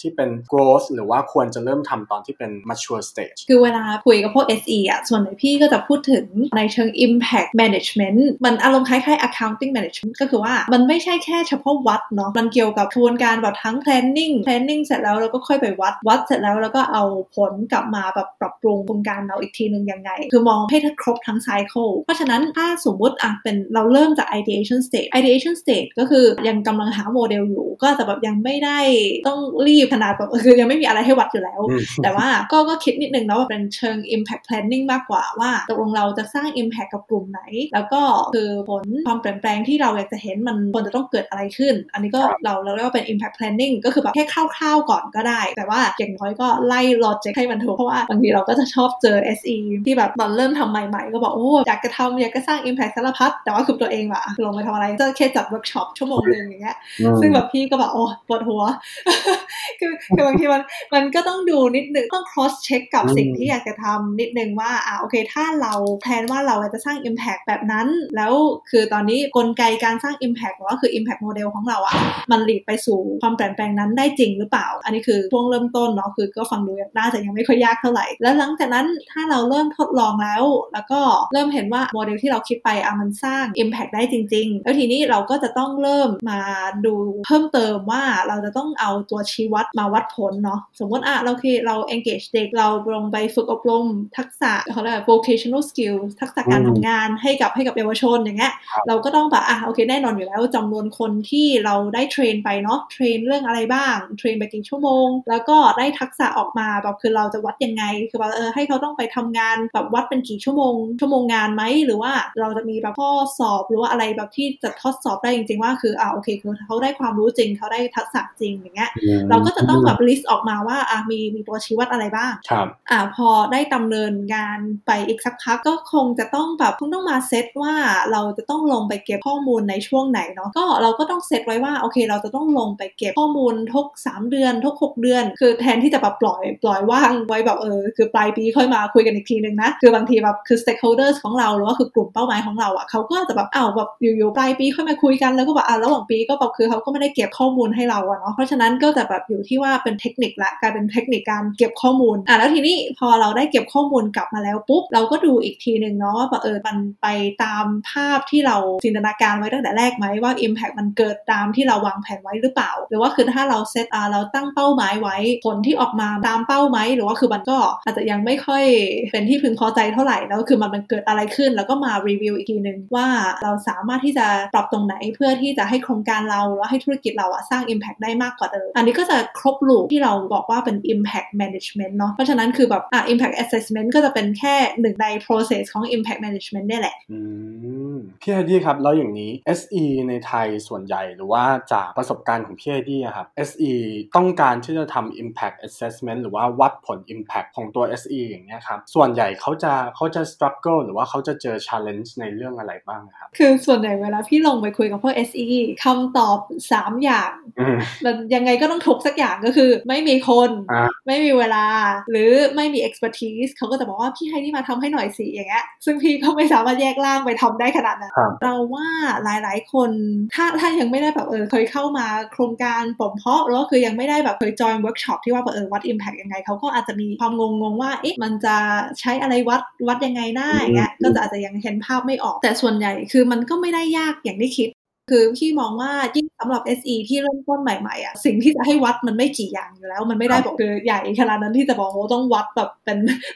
ที่เป็น growth หรือว่าควรจะเริ่มทำตอนที่เป็น mature stage คือเวลาคุยกับพวก SE อ่ะส่วนใหญ่พี่ก็จะพูดถึงในเชิง impact management มันอารมณ์คล้ายๆ accounting management ก็คือว่ามันไม่ใช่แค่เฉพาะวัดเนาะมันเกี่ยวกับกระบวนการแบบทั้ง planning เสร็จแล้วเราก็ค่อยไปวัดเสร็จแล้วเราก็เอาผลกลับมาแบบปรับปรุงโครงการเราอีกทีนึงยังไงคือมองให้ครบทั้ง cycle เพราะฉะนั้นถ้าสมมติเป็นเราเริ่มจาก ideation stage ก็คือยังกำลังหาโมเดลอยู่ก็แต่แบบยังไม่ได้ต้องรีบขนาดแบบคือยังไม่มีอะไรให้วัดอยู่แล้วแต่ว่าก็คิดนิดนึงนะว่าเป็นเชิง impact planning มากกว่าว่าตกลงเราจะสร้าง impact กับกลุ่มไหนแล้วก็คือผลความเปลี่ยนแปลงที่เราอยากจะเห็นมันควรจะต้องเกิดอะไรขึ้นอันนี้ก็เราเรียกว่าเป็น impact planning ก็คือแบบแค่คร่าวๆก่อนก็ได้แต่ว่าอย่างน้อยก็ไล่ logic ให้มันถูกเพราะว่าบางทีเราก็จะชอบเจอ SE ที่แบบตอนเริ่มทำใหม่ๆก็บอกโอ้อยากจะสร้าง impact สารพัดแต่ว่าคือตัวเองอะลงไปทำอะไรก็แค่จัด workshop ชั่วโมงนึงอย่างเงี้ยซึ่งแบบพี่ก็แบบโอ้ปวดหัว คือบางทีมันก็ต้องดูนิดนึงต้อง cross check กับสิ่งที่อยากจะทำนิดนึงว่าโอเคถ้าเราแพลนว่าเราจะสร้าง impact แบบนั้นแล้วคือตอนนี้กลไกการสร้าง impact หรือว่าคือ impact model ของเรามันลีดไปสู่ความเปลี่ยนแปลงนั้นได้จริงหรือเปล่าอันนี้คือช่วงเริ่มต้นเนาะคือก็ฟังดูน่าจะยังไม่ค่อยยากเท่าไหร่แล้วหลังจากนั้นถ้าเราเริ่มทดลองแล้วก็เริ่มเห็นว่าโมเดลที่เราคิดไปมันสร้าง impact ได้จริงๆแล้วทีนี้เราก็จะต้องเริ่มมาดูเพิ่มเติมว่าเราจะต้องเอาตัวชี้วัดมาวัดผลเนาะสมมติเรา engage เด็กเราลงไปฝึกอบรมทักษะเขาเรียกว่า vocational skills ทักษะการทำงานให้กับเยาวชนอย่างเงี้ยเราก็ต้องแบบโอเคแน่นอนอยู่แล้วจำนวนคนที่เราได้เทรนไปเนาะเทรนเรื่องอะไรบ้างเทรนไปกี่ชั่วโมงแล้วก็ได้ทักษะออกมาแบบคือเราจะวัดยังไงคือแบบให้เขาต้องไปทำงานแบบวัดเป็นกี่ชั่วโมงงานไหมหรือว่าเราจะมีแบบข้อสอบหรือว่าอะไรแบบที่จะทดสอบได้จริงๆว่าคือโอเคคือเขาได้ความรู้จริงเขาได้ทักษะจริงอย่างเงี้ยเราก็จะต้องแบบ list ออกมาว่ามีตัวชี้วัดอะไรบ้างครับพอได้ดำเนินงานไปอีกสักพักก็คงจะต้องแบบต้องมาเซตว่าเราจะต้องลงไปเก็บข้อมูลในช่วงไหนเนาะก็เราก็ต้องเซตไว้ว่าโอเคเราจะต้องลงไปเก็บข้อมูลทุก3เดือนทุก6เดือนคือแทนที่จะแบบปล่อยว่างไว้แบบคือปลายปีค่อยมาคุยกันอีกทีนึงนะคือบางทีแบบคือ stakeholders ของเราหรือว่าคือกลุ่มเป้าหมายของเราเขาก็จะแบบแบบอยู่ปลายปีค่อยมาคุยกันแล้วก็แบบระหว่างปีก็แบบคือเขาก็ไม่ได้เก็บข้อมูลให้เราเนาะเพราะฉะนั้นก็จะแบบอยู่ที่ว่าเป็นเทคนิคละกลายเป็นเทคนิคการเก็บข้อมูลแล้วทีนี้พอเราได้เก็บข้อมูลกลับมาแล้วปุ๊บเราก็ดูอีกทีนึงเนาะว่ามันไปตามภาพที่เราจินตนาการไว้ตั้งแต่แรกไหมว่า impact มันเกิดตามที่เราวางแผนไว้หรือเปล่าหรือว่าคือถ้าเราเซตเราตั้งเป้าหมายไว้ผลที่ออกมาตามเป้าไหมหรือว่าคือมันก็อาจจะยังไม่ค่อยเป็นที่พึงพอใจเท่าไหร่แล้วคือมันเกิดอะไรขึ้นแล้วก็มารีวิวอีกทีนึงว่าเราสามารถที่จะปรับตรงไหนเพื่อที่จะให้โครงการเราหรือว่าให้ธุรกิจเราสร้าง impact ได้มากกว่าเดิมอันนี้ก็จะครบลูปที่เราบอกว่าเป็น impact management เนาะเพราะฉะนั้นคือแบบimpact assessment ก็จะเป็นแค่หนึ่งใน process ของ impact management ได้แหละพี่ไอดี้ครับแล้วอย่างนี้ SE ในไทยส่วนใหญ่หรือว่าจากประสบการณ์ของพี่ไอดี้ครับ SE ต้องการที่จะทำ impact assessment หรือว่าวัดผล impact ของตัว SE อย่างเงี้ยครับส่วนใหญ่เขาจะ struggle หรือว่าเขาจะเจอ challenge ในเรื่องอะไรบ้างครับคือส่วนใหญ่เวลาพี่ลงไปคุยกับพวก SE คำตอบ3อย่างมันยังไงก็ต้องทุกสักอย่างก็คือไม่มีคนไม่มีเวลาหรือไม่มี expertise เขาก็จะบอกว่าพี่ให้นี่มาทำให้หน่อยสิอย่างเงี้ยซึ่งพี่ก็ไม่สามารถแยกล่างไปทำได้ขนาดนั้นเราว่าหลายๆคนถ้ายังไม่ได้แบบเคยเข้ามาโครงการบ่มเพาะหรือว่าคือยังไม่ได้แบบเคย join workshop ที่ว่าวัด impact ยังไงเขาก็อาจจะมีความงงว่ามันจะใช้อะไรวัดยังไงได้อย่างเงี้ยก็อาจจะยังเห็นภาพไม่ออกแต่ส่วนใหญ่คือมันก็ไม่ได้ยากอย่างที่คิดคือพี่มองว่ายิ่งสำหรับ SE ที่เริ่มต้นใหม่ๆสิ่งที่จะให้วัดมันไม่กี่อย่างอยู่แล้วมันไม่ได้บอกคือใหญ่ขนาดนั้นที่จะบอกว่าต้องวัดแบบเป็น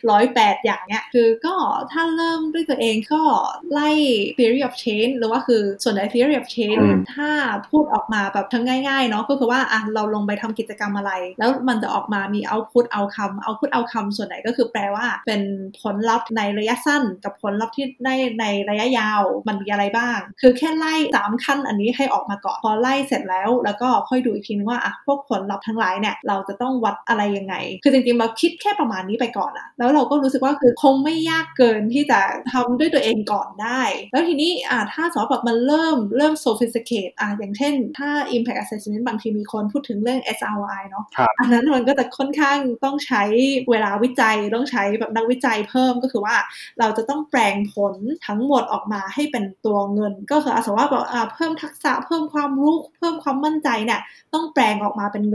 108อย่างเนี้ยคือก็ถ้าเริ่มด้วยตัวเองก็ไล่ theory of change หรือว่าคือส่วนใหญ่ theory of change ถ้าพูดออกมาแบบทั้งง่ายๆเนาะก็คือว่าเราลงไปทำกิจกรรมอะไรแล้วมันจะออกมามี output outcome ส่วนไหนก็คือแปลว่าเป็นผลลัพธ์ในระยะสั้นกับผลลัพธ์ที่ได้ในระยะยาวมันมีอะไรบ้างคือแค่ไล่3ขั้นอันนี้ให้ออกมาก่อนพอไล่เสร็จแล้วก็ค่อยดูอีกทีนึงว่าพวกผลลัพธ์ทั้งหลายเนี่ยเราจะต้องวัดอะไรยังไงคือจริงๆเราคิดแค่ประมาณนี้ไปก่อนแล้วเราก็รู้สึกว่าคือคงไม่ยากเกินที่จะทำด้วยตัวเองก่อนได้แล้วทีนี้ถ้าสมมติแบบมันเริ่ม sophisticate อย่างเช่นถ้า impact assessment บางทีมีคนพูดถึงเรื่อง SROI เนาะอันนั้นมันก็จะค่อนข้างต้องใช้เวลาวิจัยต้องใช้แบบนักวิจัยเพิ่มก็คือว่าเราจะต้องแปลงผลทั้งหมดออกมาให้เป็นตัวเงินก็คือสมมติว่าเพิ่มทักษะเพิ่มความรู้เพิ่มความมั่นใจเนี่ยต้องแปลงออกมาเป็นเงิน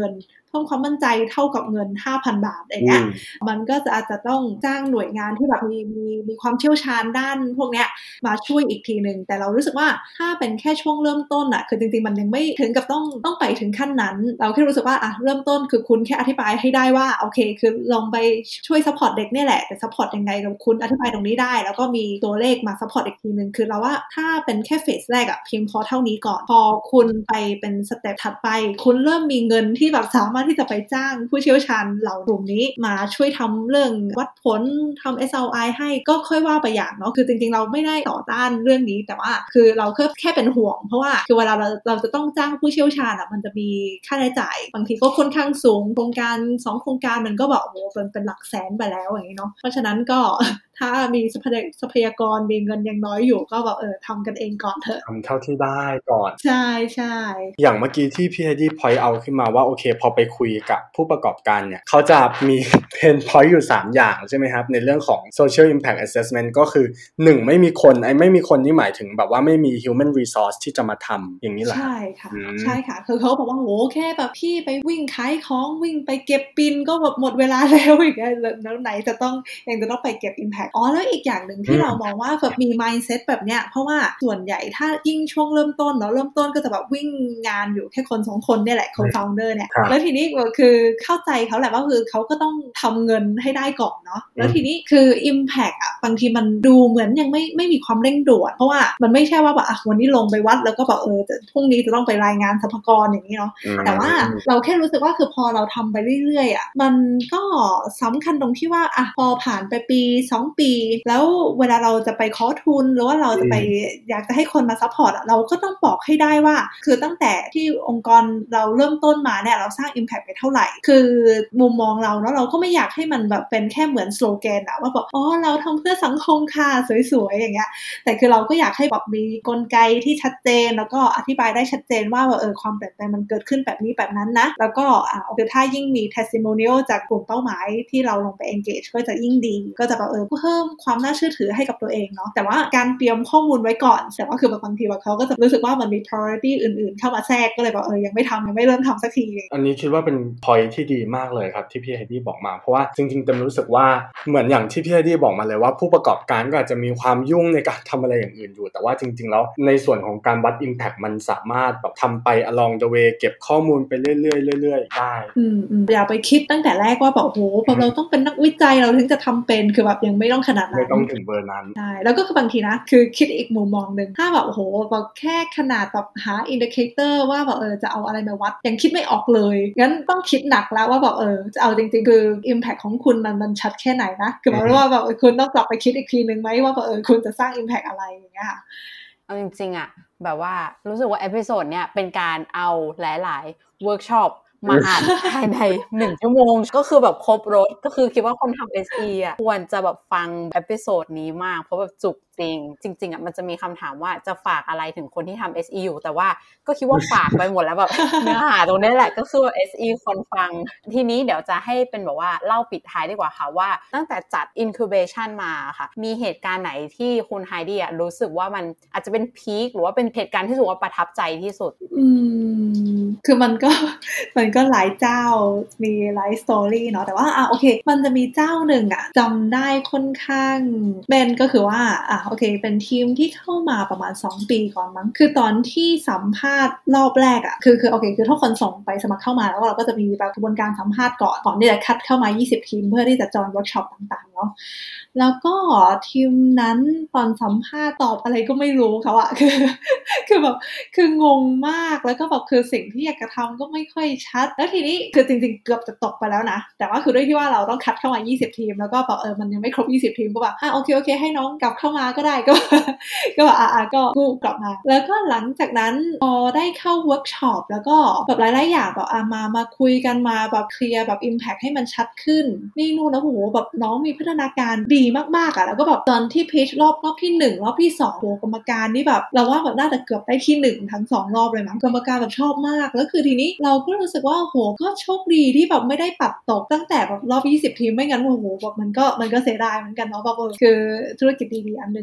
เพิ่มความมั่นใจเท่ากับเงิน 5,000 บาทอย่างเงี้ยมันก็อาจจะต้องจ้างหน่วยงานที่แบบมีความเชี่ยวชาญด้านพวกเนี้ยมาช่วยอีกทีนึงแต่เรารู้สึกว่าถ้าเป็นแค่ช่วงเริ่มต้นอ่ะคือจริงๆมันยังไม่ถึงกับต้องไปถึงขั้นนั้นเราแค่รู้สึกว่าอ่ะเริ่มต้นคือคุณแค่อธิบายให้ได้ว่าโอเคคือลองไปช่วยซัพพอร์ตเด็กเนี่ยแหละแต่ซัพพอร์ตยังไงกับคุณอธิบายตรงนี้ได้แล้วก็มีตัวเลขมาซัพพอร์ตอีกทีนึงคือเราว่าถ้าเป็นแค่เฟสแรกอ่ะเพียงพอเท่านี้ก่อนพอคุณไปเป็นสเต็ปถัดไปคุณเริ่มมีเงินที่แบบสามารถที่จะไปจ้างผู้เชี่ยวชาญเหล่ากลุ่มนี้มาช่วยทำเรื่องวัดผลทำ SLI ให้ก็ค่อยว่าไปอย่างเนาะคือจริงๆเราไม่ได้ต่อต้านเรื่องนี้แต่ว่าคือเราแค่เป็นห่วงเพราะว่าคือเวลาเราจะต้องจ้างผู้เชี่ยวชาญอ่ะมันจะมีค่าใช้จ่ายบางทีก็ค่อนข้างสูงโครงการ2โครงการมันก็แบบโอ้โหเป็นหลักแสนไปแล้วอย่างนี้เนาะเพราะฉะนั้นก็ถ้ามีทรัพยากรมีเงินยังน้อยอยู่ก็แบบทำกันเองก่อนเถอะทำเท่าที่ได้ก่อนใช่ใช่อย่างเมื่อกี้ที่พี่ไฮดี้พอยต์เอาขึ้นมาว่าโอเคพอไปคุยกับผู้ประกอบการเนี่ยเขาจะมีเพนพอยต์อยู่3อย่างใช่ไหมครับในเรื่องของ social impact assessment ก็คือ1ไม่มีคนไม่มีคนนี่หมายถึงแบบว่าไม่มี human resource ที่จะมาทำอย่างนี้แหละใช่ค่ะใช่ค่ะคือเขาบอกว่าโหแค่แบบพี่ไปวิ่งขายของวิ่งไปเก็บปินก็แบบหมดเวลาแล้วอีกแล้วไหนจะต้องไปเก็บ impact แล้วอีกอย่างหนึ่งที่เรามองว่าแบบมี mindset แบบเนี้ยเพราะว่าส่วนใหญ่ถ้ายิ่งช่วงเริ่มต้นเนาะเริ่มต้นก็จะแบบวิ่งงานอยู่แค่คน2คนเนี่ยแหละ co-founder เนี่ยแล้วทีนี้คือเข้าใจเขาแหละว่าคือเขาก็ต้องทำเงินให้ได้ก่อนเนาะแล้วทีนี้คือ impact อ่ะบางทีมันดูเหมือนยังไม่มีความเร่งด่วนเพราะว่ามันไม่ใช่ว่าแบบวันนี้ลงไปวัดแล้วก็แบบพรุ่งนี้จะต้องไปรายงานสรรพากรอย่างนี้เนาะแต่ว่าเราแค่รู้สึกว่าคือพอเราทำไปเรื่อยๆอ่ะมันก็สำคัญตรงที่ว่าอ่ะพอผ่านไปปี2ปีแล้วเวลาเราจะไปขอทุนหรือว่าเราจะไปอยากจะให้คนมาซัพพอร์ตเราก็ต้องบอกให้ได้ว่าคือตั้งแต่ที่องค์กรเราเริ่มต้นมาเนี่ยเราสร้าง impact ไปเท่าไหร่คือมุมมองเราเนาะเราก็ไม่อยากให้มันแบบเป็นแค่เหมือนสโลแกนอะว่าแบบเราทำเพื่อสังคมค่ะสวยๆอย่างเงี้ยแต่คือเราก็อยากให้แบบมีกลไกที่ชัดเจนแล้วก็อธิบายได้ชัดเจนว่าความเปลี่ยนแปลงมันเกิดขึ้นแบบนี้แบบนั้นนะแล้วก็คือถ้ายิ่งมี testimonial จากกลุ่มเป้าหมายที่เราลงไป engage ก็จะยิ่งดีก็จะแบบเพิ่มความน่าเชื่อถือให้กับตัวเองเนาะแต่ว่าการเตรียมข้อมูลไว้ก่อนแต่ว่าคือแบบบางทีว่าเขาก็จะรู้สึกว่ามันมี priority อื่นๆเข้ามาแทรกก็เลยแบบยังไม่เริ่มทำสักทีอันนี้คิดว่าเป็น point ที่ดีมากเลยครับที่พี่ไฮดี้บอกมาเพราะว่าจริงๆเต็มรู้สึกว่าเหมือนอย่างที่พี่ไฮดี้บอกมาเลยว่าผู้ประกอบการก็อาจจะมีความยุ่งในการทำอะไรอย่างอื่นอยู่แต่ว่าจริงๆแล้วในส่วนของการวัด impact มันสามารถแบบทำไป along the way เก็บข้อมูลไปเรื่อยๆได้อย่าไปคิดตั้งแต่แรกว่าแบบโอ้โหเราต้องเป็นนักวิจัยเราถึงจะทำเป็นคือแบบยังไม่ต้องขนาดนั้นไม่ต้องถึงเบอร์นั้นใช่แล้วก็คือบางทีนะคือคิดอีกมุมมองนึงถ้าแบบโอ้โหแบบแค่ขนาดแบบหาอินดิเคเตอร์ว่าแบบจะเอาอะไรมาวัดยังคิดไม่ออกเลยงั้นต้องคิดหนักแล้วว่าแบบจะเอาจริงๆคือ impact ของคุณมันชัดแค่ไหนนะคือหมายว่าแบบคุณต้องกลับไปคิดอีกทีนึงไหมว่าแบบคุณจะสร้าง impact อะไรอย่างเงี้ยค่ะเอาจริงๆอะแบบว่ารู้สึกว่าเอพิโซดเนี้ยเป็นการเอาหลายๆเวิร์กช็อปมาอ่านภายใน1ชั่วโมงก็คือแบบครบรถก็คือคิดว่าคนทำ SE อ่ะควรจะแบบฟังเอพิโซดนี้มากเพราะแบบจุกจริงอ่ะมันจะมีคำถามว่าจะฝากอะไรถึงคนที่ทำ SE อยู่แต่ว่าก็คิดว่าฝากไปหมดแล้วแบบ เนื้อหาตรงนี้แหละก็คือ SE คนฟังทีนี้เดี๋ยวจะให้เป็นแบบว่าเล่าปิดท้ายดีกว่าค่ะว่าตั้งแต่จัด incubation มาค่ะมีเหตุการณ์ไหนที่คุณไฮดี้อ่ะรู้สึกว่ามันอาจจะเป็นพีคหรือว่าเป็นเหตุการณ์ที่รู้สึกว่าประทับใจที่สุดคือมันก็หลายเจ้ามีหลายสตอรี่เนาะแต่ว่าโอเคมันจะมีเจ้าหนึ่งจำได้ค่อนข้างเป็นก็คือว่าโอเคเป็นทีมที่เข้ามาประมาณ2ปีก่อนมั้งคือตอนที่สัมภาษณ์รอบแรกคือโอเคคือทุกคนส่งไปสมัครเข้ามาแล้วเราก็จะมีแบบกระบวนการสัมภาษณ์ก่อนที่จะคัดเข้ามา20ทีมเพื่อที่จะจอยเวิร์กช็อปต่างๆเนาะแล้วก็ทีมนั้นตอนสัมภาษณ์ตอบอะไรก็ไม่รู้เขาคือแบบคืองงมากแล้วก็แบบคือสิ่งที่อยากจะทำก็ไม่ค่อยชัดแล้วทีนี้คือจริงๆเกือบจะตกไปแล้วนะแต่ว่าคือด้วยที่ว่าเราต้องคัดเข้ามา20ทีมแล้วก็แบบมันยังไม่ครบ20ทีมก็แบบโอเคให้น้องกลับเข้ามาก็ได้ก็แบบก็กู้กลับมาแล้วก็หลังจากนั้นพอได้เข้าเวิร์กช็อปแล้วก็แบบหลายๆอย่างแบบมาคุยกันมาแบบเคลียร์แบบ impact ให้มันชัดขึ้นนี่นู่นแล้วโหแบบน้องมีพัฒนาการดีมากๆแล้วก็แบบตอนที่พีชรอบที่1รอบที่2โหกรรมการนี่แบบเราว่าแบบน่าจะเกือบได้ที่1ทั้ง2รอบเลยมั้งกรรมการแบบชอบมากแล้วคือทีนี้เราก็รู้สึกว่าโหก็โชคดีที่แบบไม่ได้ปัดตกตั้งแต่แบบรอบ20ทีมไม่งั้นโหแบบมันก็เสียดายเหมือนกันเนาะแบบคือธุรกิจดีๆอันนึง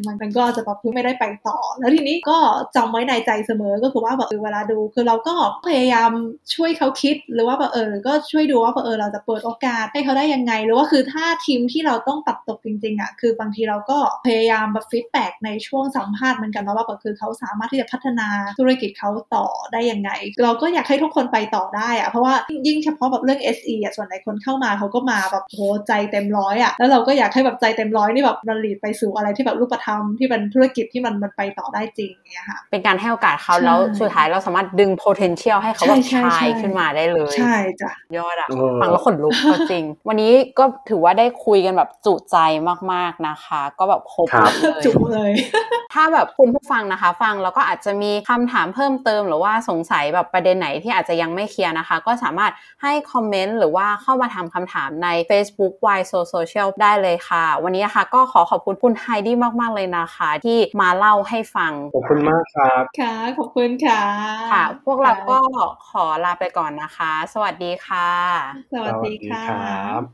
มันก็อาจจะแบบไม่ได้ไปต่อแล้วทีนี้ก็จำไว้ในใจเสมอก็คือว่าแบบเวลาดูคือเราก็พยายามช่วยเขาคิดหรือว่าแบบก็ช่วยดูว่าเราจะเปิดโอกาสให้เขาได้ยังไงหรือว่าคือถ้าทีมที่เราต้องปัดตกจริงๆอ่ะคือบางทีเราก็พยายามแบบฟีดแบ็กในช่วงสัมภาษณ์เหมือนกันนะว่าแบบคือเขาสามารถที่จะพัฒนาธุรกิจเขาต่อได้ยังไงเราก็อยากให้ทุกคนไปต่อได้อ่ะเพราะว่ายิ่งเฉพาะแบบเรื่อง SE อ่ะส่วนใหญ่คนเข้ามาเขาก็มาแบบโหใจเต็มร้อยอ่ะแล้วเราก็อยากให้แบบใจเต็มร้อยนี่แบบมันลีดไปสู่อะไรที่แบบรูปธรรมที่เป็นธุรกิจที่มันไปต่อได้จริงเนี่ยค่ะเป็นการให้โอกาสเขาแล้วสุดท้ายเราสามารถดึง potential ให้เขาแบบชายขึ้นมาได้เลยใช่จ้ะยอดอ่ะฟังแล้วขนลุกจริงวันนี้ก็ถือว่าได้คุยกันแบบจุใจมากๆนะคะก็แบบครบเลยจุเลยถ้าแบบคุณผู้ฟังนะคะฟังแล้วก็อาจจะมีคำถามเพิ่มเติมหรือว่าสงสัยแบบประเด็นไหนที่อาจจะยังไม่เคลียร์นะคะก็สามารถให้คอมเมนต์หรือว่าเข้ามาทำคำถามใน Facebook Why So Social ได้เลยค่ะวันนี้นะคะก็ขอบคุณคุณไฮดี้มากๆเลยนะคะที่มาเล่าให้ฟังขอบคุณมากครับค่ะขอบคุณค่ะค่ะพวกเราก็ขอลาไปก่อนนะคะสวัสดีค่ะสวัสดีค่ะ